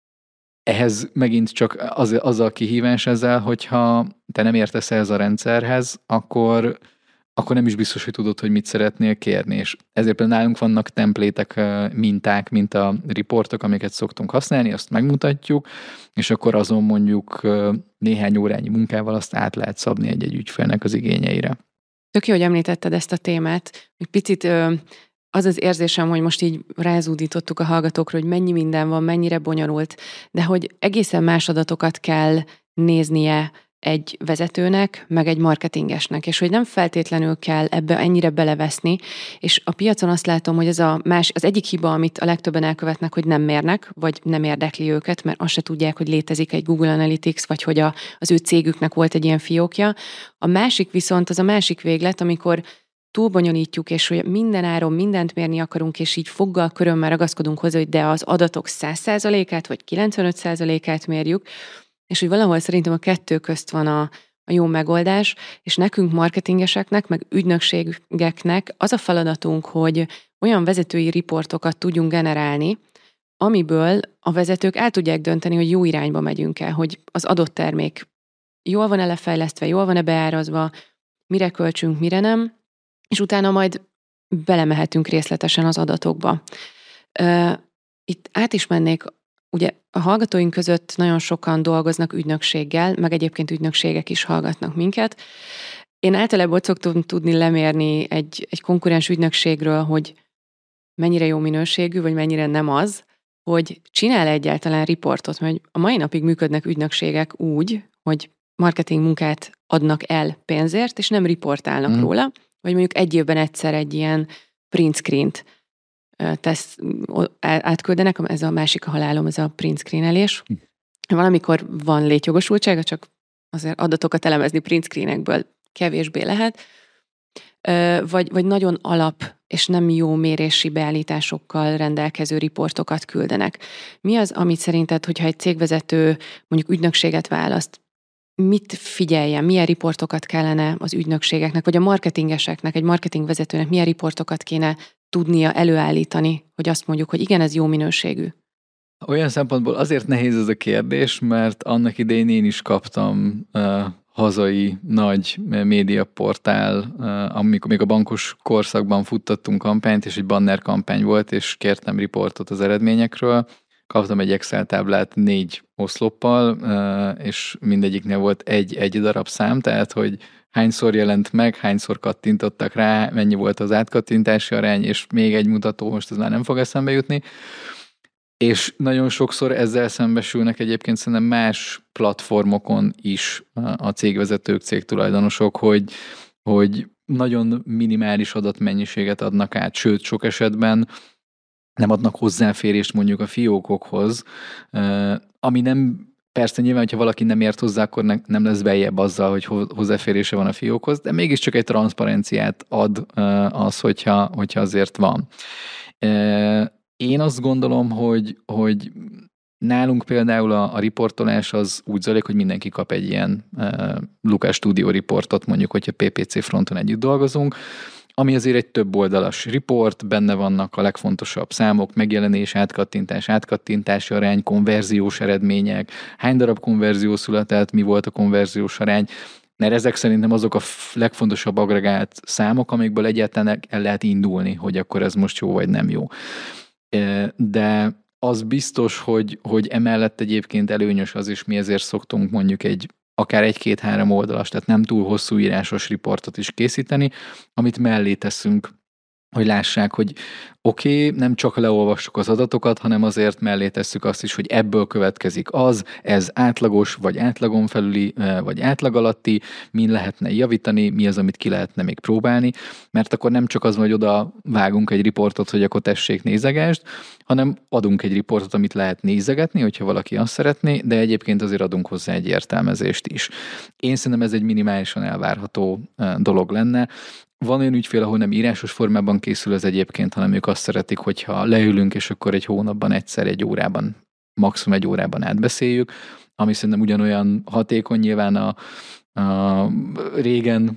ehhez megint csak az, az a kihívás ezzel, hogyha te nem értesz ehhez a rendszerhez, akkor, akkor nem is biztos, hogy tudod, hogy mit szeretnél kérni. És ezért például nálunk vannak templétek, minták, mint a riportok, amiket szoktunk használni, azt megmutatjuk, és akkor azon mondjuk néhány órányi munkával azt át lehet szabni egy-egy ügyfélnek az igényeire. Tök jó, hogy említetted ezt a témát. Egy picit az az érzésem, hogy most így rázúdítottuk a hallgatókra, hogy mennyi minden van, mennyire bonyolult, de hogy egészen más adatokat kell néznie egy vezetőnek, meg egy marketingesnek, és hogy nem feltétlenül kell ebbe ennyire beleveszni, és a piacon azt látom, hogy ez a más, az egyik hiba, amit a legtöbben elkövetnek, hogy nem mérnek, vagy nem érdekli őket, mert azt se tudják, hogy létezik egy Google Analytics, vagy hogy a, az ő cégüknek volt egy ilyen fiókja. A másik viszont az a másik véglet, amikor túlbonyolítjuk, és hogy minden áron mindent mérni akarunk, és így foggal, körömmel ragaszkodunk hozzá, hogy de az adatok száz százalékát, vagy kilencvenöt százalékát mérjük, és hogy valahol szerintem a kettő közt van a, a jó megoldás, és nekünk marketingeseknek, meg ügynökségeknek az a feladatunk, hogy olyan vezetői riportokat tudjunk generálni, amiből a vezetők el tudják dönteni, hogy jó irányba megyünk el, hogy az adott termék jól van-e lefejlesztve, jól van-e beárazva, mire költsünk, mire nem, és utána majd belemehetünk részletesen az adatokba. Itt át is mennék, ugye a hallgatóink között nagyon sokan dolgoznak ügynökséggel, meg egyébként ügynökségek is hallgatnak minket, Én általában ott szoktam tudni lemérni egy, egy konkurens ügynökségről, hogy mennyire jó minőségű, vagy mennyire nem az, hogy csinál egyáltalán riportot, mert a mai napig működnek ügynökségek úgy, hogy marketing munkát adnak el pénzért, és nem riportálnak mm. róla, vagy mondjuk egy évben egyszer egy ilyen print screen-t tesz, átküldenek, ez a másik a halálom, ez a print screenelés. Mm. Valamikor van létjogosultsága, csak azért adatokat elemezni print screenekből kevésbé lehet, vagy, vagy nagyon alap és nem jó mérési beállításokkal rendelkező riportokat küldenek. Mi az, amit szerinted, hogyha egy cégvezető mondjuk ügynökséget választ, mit figyeljen, milyen riportokat kellene az ügynökségeknek, vagy a marketingeseknek, egy marketingvezetőnek milyen riportokat kéne tudnia előállítani, hogy azt mondjuk, hogy igen, ez jó minőségű? Olyan szempontból azért nehéz ez a kérdés, mert annak idején én is kaptam uh, hazai nagy médiaportál, uh, amikor még a bankos korszakban futtattunk kampányt, és egy banner kampány volt, és kértem riportot az eredményekről. Kaptam egy Excel táblát négy oszloppal, uh, és mindegyiknél volt egy, egy darab szám, tehát hogy hányszor jelent meg, hányszor kattintottak rá, mennyi volt az átkattintási arány, és még egy mutató, most ez már nem fog eszembe jutni. És nagyon sokszor ezzel szembesülnek egyébként szerintem más platformokon is a cégvezetők, cégtulajdonosok, hogy, hogy nagyon minimális adatmennyiséget adnak át, sőt, sok esetben nem adnak hozzáférést mondjuk a fiókokhoz, ami nem, persze nyilván, hogyha valaki nem ért hozzá, akkor nem lesz beljebb azzal, hogy hozzáférése van a fiókhoz, de mégiscsak egy transzparenciát ad az, hogyha, hogyha azért van. Én azt gondolom, hogy, hogy nálunk például a, a riportolás az úgy zajlik, hogy mindenki kap egy ilyen uh, Lukás Studio riportot, mondjuk, hogyha pé pé cé fronton együtt dolgozunk, ami azért egy több oldalas riport, benne vannak a legfontosabb számok, megjelenés, átkattintás, átkattintási arány, konverziós eredmények, hány darab konverzió született, mi volt a konverziós arány, mert ezek szerintem azok a legfontosabb agregált számok, amikből egyáltalán el lehet indulni, hogy akkor ez most jó vagy nem jó. De az biztos, hogy, hogy emellett egyébként előnyös az is, mi ezért szoktunk mondjuk egy akár egy-két-három oldalas, tehát nem túl hosszú írásos riportot is készíteni, amit mellé teszünk, hogy lássák, hogy oké, okay, nem csak leolvassuk az adatokat, hanem azért mellé tesszük azt is, hogy ebből következik az, ez átlagos, vagy átlagon felüli, vagy átlag alatti, min lehetne javítani, mi az, amit ki lehetne még próbálni, mert akkor nem csak az, hogy oda vágunk egy riportot, hogy akkor tessék nézegest, hanem adunk egy riportot, amit lehet nézegetni, hogyha valaki azt szeretné, de egyébként azért adunk hozzá egy értelmezést is. Én szerintem ez egy minimálisan elvárható dolog lenne. Van olyan ügyfél, ahol nem írásos formában készül ez egyébként, hanem ők azt szeretik, hogyha leülünk, és akkor egy hónapban egyszer, egy órában, maximum egy órában átbeszéljük, ami szerintem ugyanolyan hatékony. Nyilván a, a régen,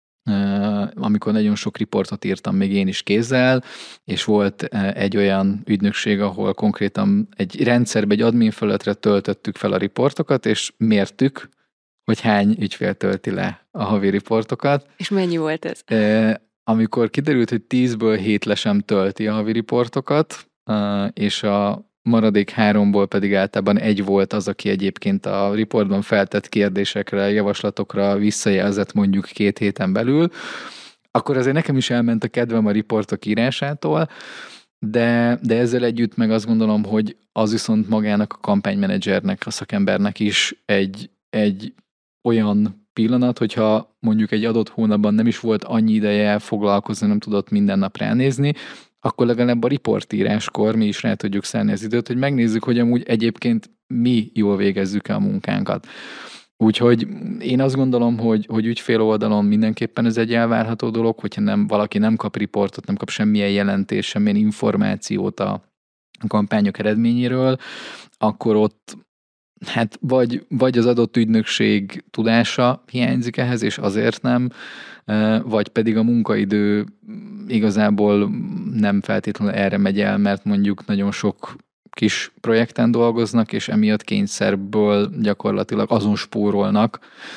amikor nagyon sok riportot írtam még én is kézzel, és volt egy olyan ügynökség, ahol konkrétan egy rendszerbe, egy admin felületre töltöttük fel a riportokat, és mértük, hogy hány ügyfél tölti le a havi riportokat. És mennyi volt ez? Amikor kiderült, hogy tízből hét le sem tölti a havi riportokat, és a maradék háromból pedig általában egy volt az, aki egyébként a riportban feltett kérdésekre, javaslatokra visszajelzett mondjuk két héten belül, akkor azért nekem is elment a kedvem a riportok írásától, de, de ezzel együtt meg azt gondolom, hogy az viszont magának a kampánymenedzsernek, a szakembernek is egy, egy olyan pillanat, hogyha mondjuk egy adott hónapban nem is volt annyi ideje foglalkozni, nem tudott minden nap ránézni, akkor legalább a riportíráskor mi is rá tudjuk szállni az időt, hogy megnézzük, hogy amúgy egyébként mi jól végezzük a munkánkat. Úgyhogy én azt gondolom, hogy, hogy ügyfél oldalon mindenképpen ez egy elvárható dolog, hogyha nem, valaki nem kap riportot, nem kap semmilyen jelentést, semmilyen információt a kampányok eredményéről, akkor ott hát vagy, vagy az adott ügynökség tudása hiányzik ehhez, és azért nem, vagy pedig a munkaidő igazából nem feltétlenül erre megy el, mert mondjuk nagyon sok kis projekten dolgoznak, és emiatt kényszerből gyakorlatilag azon spórolnak,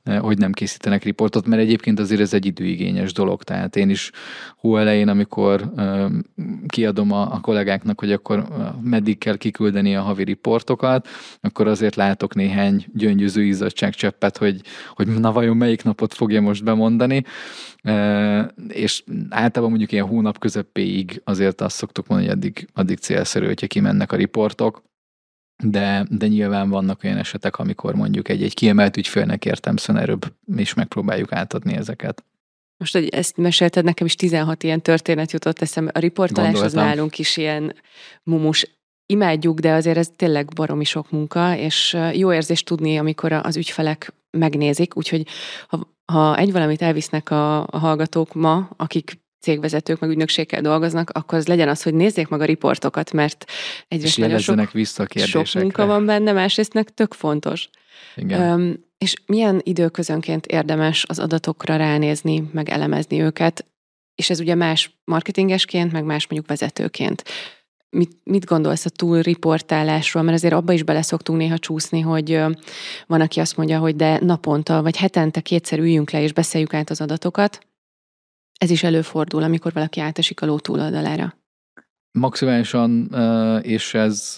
hogy nem készítenek riportot, mert egyébként azért ez egy időigényes dolog, tehát én is hó elején, amikor kiadom a, a kollégáknak, hogy akkor meddig kell kiküldeni a havi riportokat, akkor azért látok néhány gyöngyöző izzadságcseppet, hogy, hogy na vajon melyik napot fogja most bemondani, és általában mondjuk ilyen hónap közepéig azért azt szoktuk mondani, hogy addig, addig célszerű, hogyha kimennek a riportok, de, de nyilván vannak olyan esetek, amikor mondjuk egy-egy kiemelt ügyfélnek értelemszerűen erőbb is megpróbáljuk átadni ezeket. Most, hogy ezt mesélted, nekem is tizenhat ilyen történet jutott eszembe. A riportolás Gondoltam. Az nálunk is ilyen mumus. Imádjuk, de azért ez tényleg baromi sok munka, és jó érzés tudni, amikor az ügyfelek megnézik, úgyhogy ha, ha egy valamit elvisznek a, a hallgatók ma, akik cégvezetők, meg ügynökségkel dolgoznak, akkor az legyen az, hogy nézzék meg a riportokat, mert egyrészt nagyon sok, vissza a sok munka van benne, másrészt meg tök fontos. Igen. Um, és milyen időközönként érdemes az adatokra ránézni, meg elemezni őket, és ez ugye más marketingesként, meg más mondjuk vezetőként. Mit, mit gondolsz a túl riportálásról? Mert azért abba is bele szoktunk néha csúszni, hogy van, aki azt mondja, hogy de naponta, vagy hetente kétszer üljünk le, és beszéljük át az adatokat. Ez is előfordul, amikor valaki átesik a ló túloldalára. Maximálisan, és ez...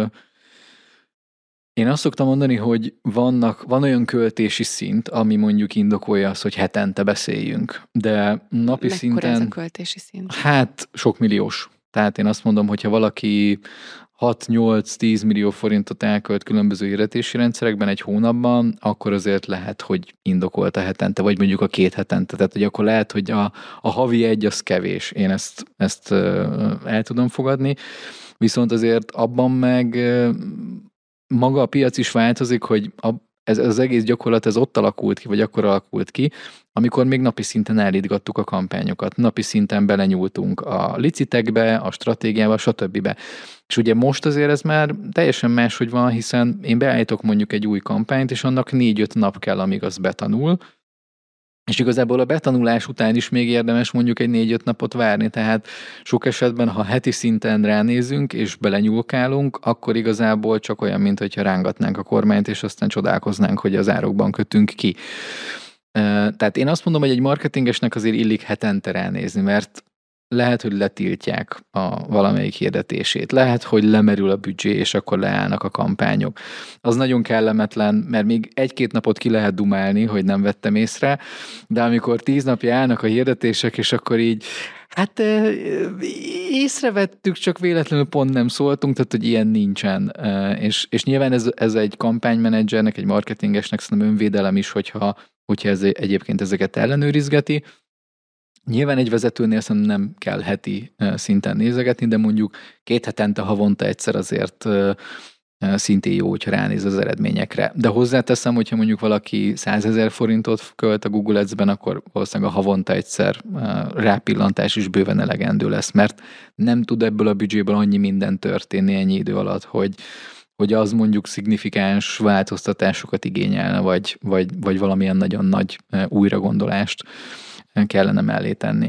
Én azt szoktam mondani, hogy vannak, van olyan költési szint, ami mondjuk indokolja azt, hogy hetente beszéljünk, de napi Mekkora szinten... ez a költési szint? Hát sok milliós. Tehát én azt mondom, hogyha valaki hat-nyolc-tíz millió forintot elkölt különböző hirdetési rendszerekben egy hónapban, akkor azért lehet, hogy indokolt a hetente, vagy mondjuk a két hetente. Tehát, hogy akkor lehet, hogy a, a havi egy az kevés. Én ezt, ezt el tudom fogadni. Viszont azért abban meg maga a piac is változik, hogy a, ez, ez az egész gyakorlat ez ott alakult ki, vagy akkor alakult ki, amikor még napi szinten elindgattuk a kampányokat. Napi szinten belenyúltunk a licitekbe, a stratégiába, stb. És ugye most azért ez már teljesen máshogy van, hiszen én beállítok mondjuk egy új kampányt, és annak négy-öt nap kell, amíg az betanul, és igazából a betanulás után is még érdemes mondjuk egy négy-öt napot várni, tehát sok esetben, ha heti szinten ránézünk és belenyúlkálunk, akkor igazából csak olyan, mint hogyha rángatnánk a kormányt, és aztán csodálkoznánk, hogy az árokban kötünk ki. Tehát én azt mondom, hogy egy marketingesnek azért illik hetente ránézni, mert lehet, hogy letiltják a valamelyik hirdetését. Lehet, hogy lemerül a büdzsé, és akkor leállnak a kampányok. Az nagyon kellemetlen, mert még egy-két napot ki lehet dumálni, hogy nem vettem észre, de amikor tíz napja állnak a hirdetések, és akkor így, hát észrevettük, csak véletlenül pont nem szóltunk, tehát, hogy ilyen nincsen. És, és nyilván ez, ez egy kampánymenedzsernek, egy marketingesnek szerintem önvédelem is, hogyha, hogyha ez egyébként ezeket ellenőrizgeti. Nyilván egy vezetőnél szerintem nem kell heti szinten nézegetni, de mondjuk két hetente, havonta egyszer azért szintén jó, hogyha ránéz az eredményekre. De hozzáteszem, hogyha mondjuk valaki százezer forintot költ a Google Ads-ben, akkor valószínűleg a havonta egyszer rápillantás is bőven elegendő lesz, mert nem tud ebből a büdzséből annyi minden történni ennyi idő alatt, hogy, hogy az mondjuk szignifikáns változtatásokat igényelne, vagy, vagy, vagy valamilyen nagyon nagy újragondolást kellene mellé tenni.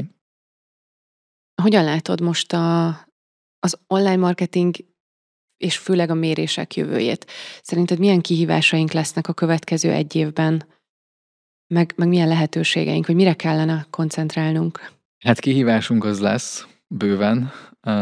Hogyan látod most a, az online marketing és főleg a mérések jövőjét? Szerinted milyen kihívásaink lesznek a következő egy évben? Meg, meg milyen lehetőségeink, hogy mire kellene koncentrálnunk? Hát kihívásunk az lesz bőven.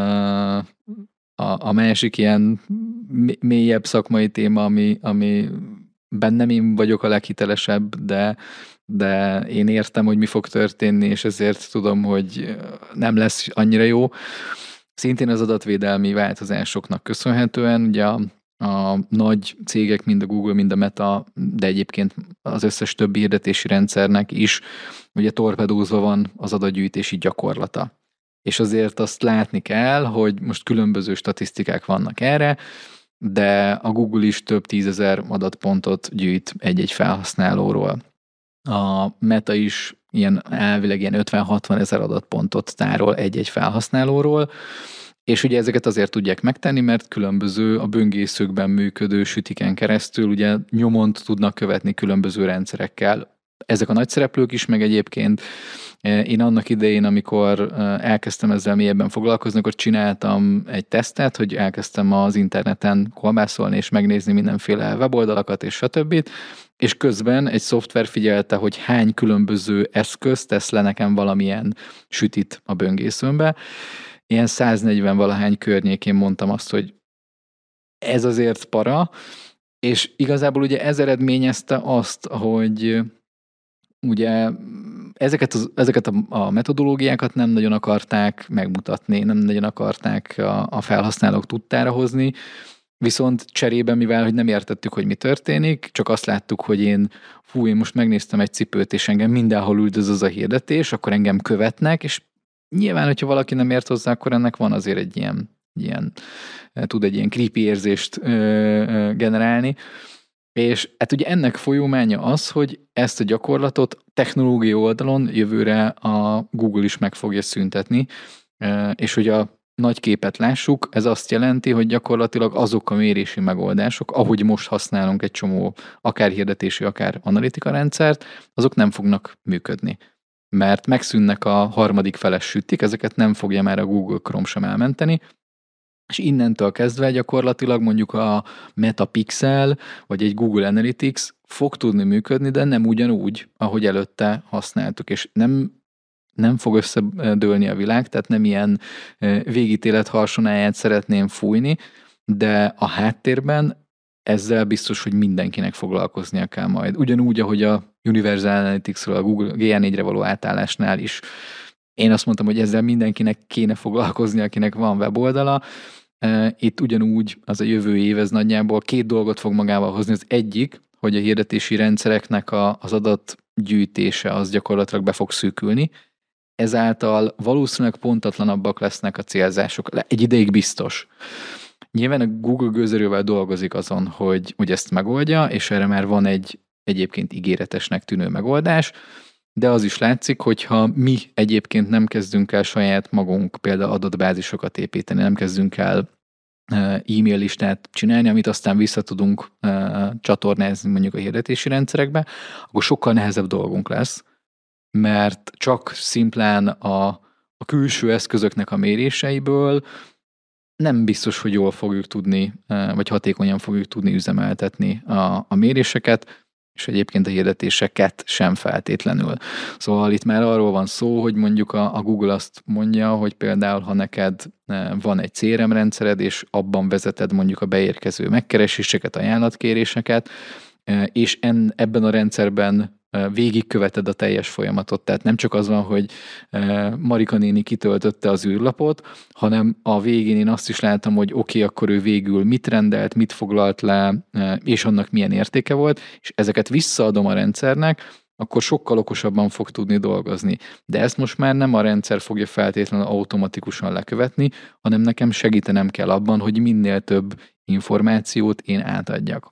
A, a másik ilyen mélyebb szakmai téma, ami, ami bennem én vagyok a leghitelesebb, de de én értem, hogy mi fog történni, és ezért tudom, hogy nem lesz annyira jó. Szintén az adatvédelmi változásoknak köszönhetően, ugye a, a nagy cégek, mind a Google, mind a Meta, de egyébként az összes többi hirdetési rendszernek is ugye torpedózva van az adatgyűjtési gyakorlata. És azért azt látni kell, hogy most különböző statisztikák vannak erre, de a Google is több tízezer adatpontot gyűjt egy-egy felhasználóról. A Meta is ilyen elvileg ilyen ötven-hatvan ezer adatpontot tárol egy-egy felhasználóról, és ugye ezeket azért tudják megtenni, mert különböző a böngészőkben működő sütiken keresztül ugye nyomont tudnak követni különböző rendszerekkel ezek a nagy szereplők is, meg egyébként én annak idején, amikor elkezdtem ezzel mélyebben foglalkozni, akkor csináltam egy tesztet, hogy elkezdtem az interneten kolbászolni és megnézni mindenféle weboldalakat és stb. És közben egy szoftver figyelte, hogy hány különböző eszköz tesz le nekem valamilyen sütit a böngészőmbe. Ilyen száznegyven valahány környékén mondtam azt, hogy ez azért para, és igazából ugye ez eredményezte azt, hogy ugye ezeket, az, ezeket a, a metodológiákat nem nagyon akarták megmutatni, nem nagyon akarták a, a felhasználók tudtára hozni, viszont cserében, mivel hogy nem értettük, hogy mi történik, csak azt láttuk, hogy én fú, én most megnéztem egy cipőt, és engem mindenhol üldöz az a hirdetés, akkor engem követnek, és nyilván, hogyha valaki nem ért hozzá, akkor ennek van azért egy ilyen, ilyen tud egy ilyen creepy érzést ö, ö, generálni. És hát ugye ennek folyamánya az, hogy ezt a gyakorlatot technológiai oldalon jövőre a Google is meg fogja szüntetni, és hogy a nagy képet lássuk, ez azt jelenti, hogy gyakorlatilag azok a mérési megoldások, ahogy most használunk egy csomó akár hirdetési, akár analitika rendszert, azok nem fognak működni. Mert megszűnnek a harmadik feles sütik, ezeket nem fogja már a Google Chrome sem elmenteni, és innentől kezdve gyakorlatilag mondjuk a Metapixel, vagy egy Google Analytics fog tudni működni, de nem ugyanúgy, ahogy előtte használtuk, és nem, nem fog összedőlni a világ, tehát nem ilyen végítélet harsonáját szeretném fújni, de a háttérben ezzel biztos, hogy mindenkinek foglalkoznia kell majd. Ugyanúgy, ahogy a Universal Analytics-ről a Google G A négyre való átállásnál is. Én azt mondtam, hogy ezzel mindenkinek kéne foglalkozni, akinek van weboldala. Itt ugyanúgy az a jövő év, ez nagyjából két dolgot fog magával hozni. Az egyik, hogy a hirdetési rendszereknek a, az adatgyűjtése az gyakorlatilag be fog szűkülni. Ezáltal valószínűleg pontatlanabbak lesznek a célzások. Egy ideig biztos. Nyilván a Google gőzerővel dolgozik azon, hogy, hogy ezt megoldja, és erre már van egy egyébként ígéretesnek tűnő megoldás, de az is látszik, hogyha mi egyébként nem kezdünk el saját magunk például adatbázisokat építeni, nem kezdünk el e-mail listát csinálni, amit aztán vissza tudunk csatornázni mondjuk a hirdetési rendszerekbe, akkor sokkal nehezebb dolgunk lesz, mert csak szimplán a, a külső eszközöknek a méréseiből nem biztos, hogy jól fogjuk tudni, vagy hatékonyan fogjuk tudni üzemeltetni a, a méréseket, és egyébként a hirdetéseket sem feltétlenül. Szóval itt már arról van szó, hogy mondjuk a, a Google azt mondja, hogy például, ha neked van egy cé er em rendszered, és abban vezeted mondjuk a beérkező megkereséseket, ajánlatkéréseket, és en, ebben a rendszerben végigköveted a teljes folyamatot. Tehát nem csak az van, hogy Marika néni kitöltötte az űrlapot, hanem a végén én azt is láttam, hogy oké, okay, akkor ő végül mit rendelt, mit foglalt le, és annak milyen értéke volt, és ezeket visszaadom a rendszernek, akkor sokkal okosabban fog tudni dolgozni. De ezt most már nem a rendszer fogja feltétlenül automatikusan lekövetni, hanem nekem segítenem kell abban, hogy minél több információt én átadjak.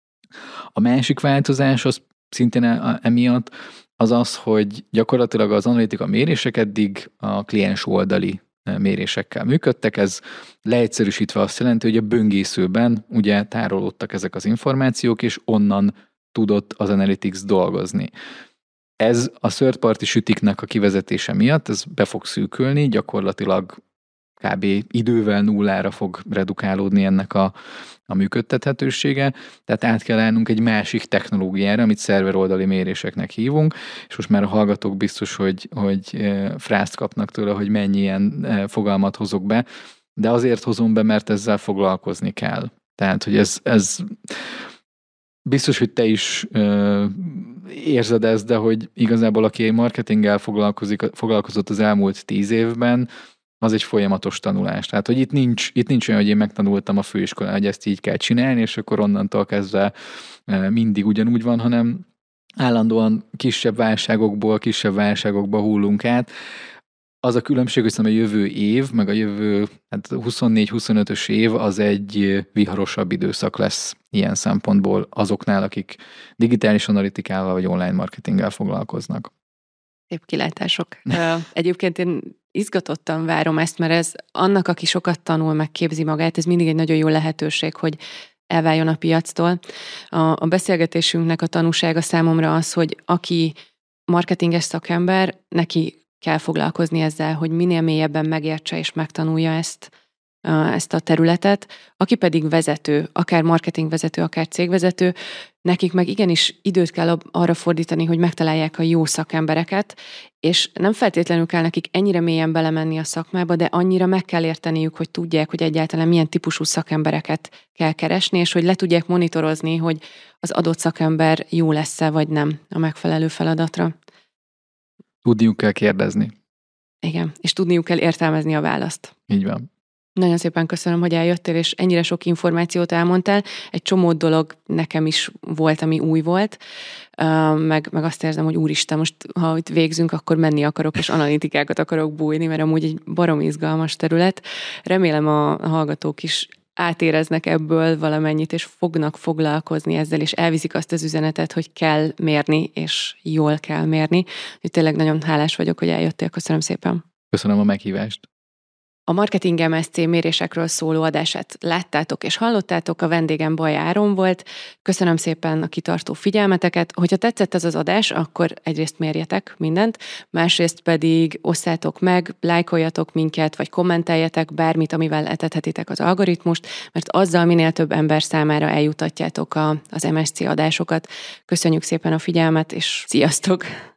A másik változás az szintén emiatt az az, hogy gyakorlatilag az analitika mérések eddig a kliens oldali mérésekkel működtek. Ez leegyszerűsítve azt jelenti, hogy a böngészőben ugye tárolódtak ezek az információk, és onnan tudott az Analytics dolgozni. Ez a third party sütiknek a kivezetése miatt, ez be fog szűkülni, gyakorlatilag kb. Idővel nullára fog redukálódni ennek a, a működtethetősége, tehát át kell állnunk egy másik technológiára, amit szerveroldali méréseknek hívunk, és most már a hallgatók biztos, hogy, hogy frászt kapnak tőle, hogy mennyi ilyen fogalmat hozok be, de azért hozom be, mert ezzel foglalkozni kell. Tehát, hogy ez, ez biztos, hogy te is ö, érzed ezt, de hogy igazából aki marketinggel foglalkozik, foglalkozott az elmúlt tíz évben, az egy folyamatos tanulás. Tehát, hogy itt nincs, itt nincs olyan, hogy én megtanultam a főiskolán, hogy ezt így kell csinálni, és akkor onnantól kezdve mindig ugyanúgy van, hanem állandóan kisebb válságokból, kisebb válságokba hullunk át. Az a különbség, hogy a jövő év, meg a jövő hát huszonnégy-huszonötös év az egy viharosabb időszak lesz ilyen szempontból azoknál, akik digitális analitikával vagy online marketinggel foglalkoznak. Szép kilátások. Egyébként én izgatottan várom ezt, mert ez annak, aki sokat tanul, megképzi magát, ez mindig egy nagyon jó lehetőség, hogy elváljon a piactól. A, a beszélgetésünknek a tanúsága számomra az, hogy aki marketinges szakember, neki kell foglalkozni ezzel, hogy minél mélyebben megértse és megtanulja ezt, ezt a területet. Aki pedig vezető, akár marketingvezető, akár cégvezető, nekik meg igenis időt kell arra fordítani, hogy megtalálják a jó szakembereket, és nem feltétlenül kell nekik ennyire mélyen belemenni a szakmába, de annyira meg kell érteniük, hogy tudják, hogy egyáltalán milyen típusú szakembereket kell keresni, és hogy le tudják monitorozni, hogy az adott szakember jó lesz-e, vagy nem a megfelelő feladatra. Tudniuk kell kérdezni. Igen, és tudniuk kell értelmezni a választ. Így van. Nagyon szépen köszönöm, hogy eljöttél, és ennyire sok információt elmondtál. Egy csomó dolog nekem is volt, ami új volt, meg, meg azt érzem, hogy úristen, most ha itt végzünk, akkor menni akarok, és analitikákat akarok bújni, mert amúgy egy barom izgalmas terület. Remélem a hallgatók is átéreznek ebből valamennyit, és fognak foglalkozni ezzel, és elviszik azt az üzenetet, hogy kell mérni, és jól kell mérni. Úgyhogy tényleg nagyon hálás vagyok, hogy eljöttél. Köszönöm szépen. Köszönöm a meghívást. A Marketing em es cé mérésekről szóló adását láttátok és hallottátok, a vendégem Baj Áron volt. Köszönöm szépen a kitartó figyelmeteket. Hogyha tetszett ez az adás, akkor egyrészt mérjetek mindent, másrészt pedig osszátok meg, lájkoljatok minket, vagy kommenteljetek bármit, amivel etethetitek az algoritmust, mert azzal minél több ember számára eljutatjátok a, az em es cé adásokat. Köszönjük szépen a figyelmet, és sziasztok!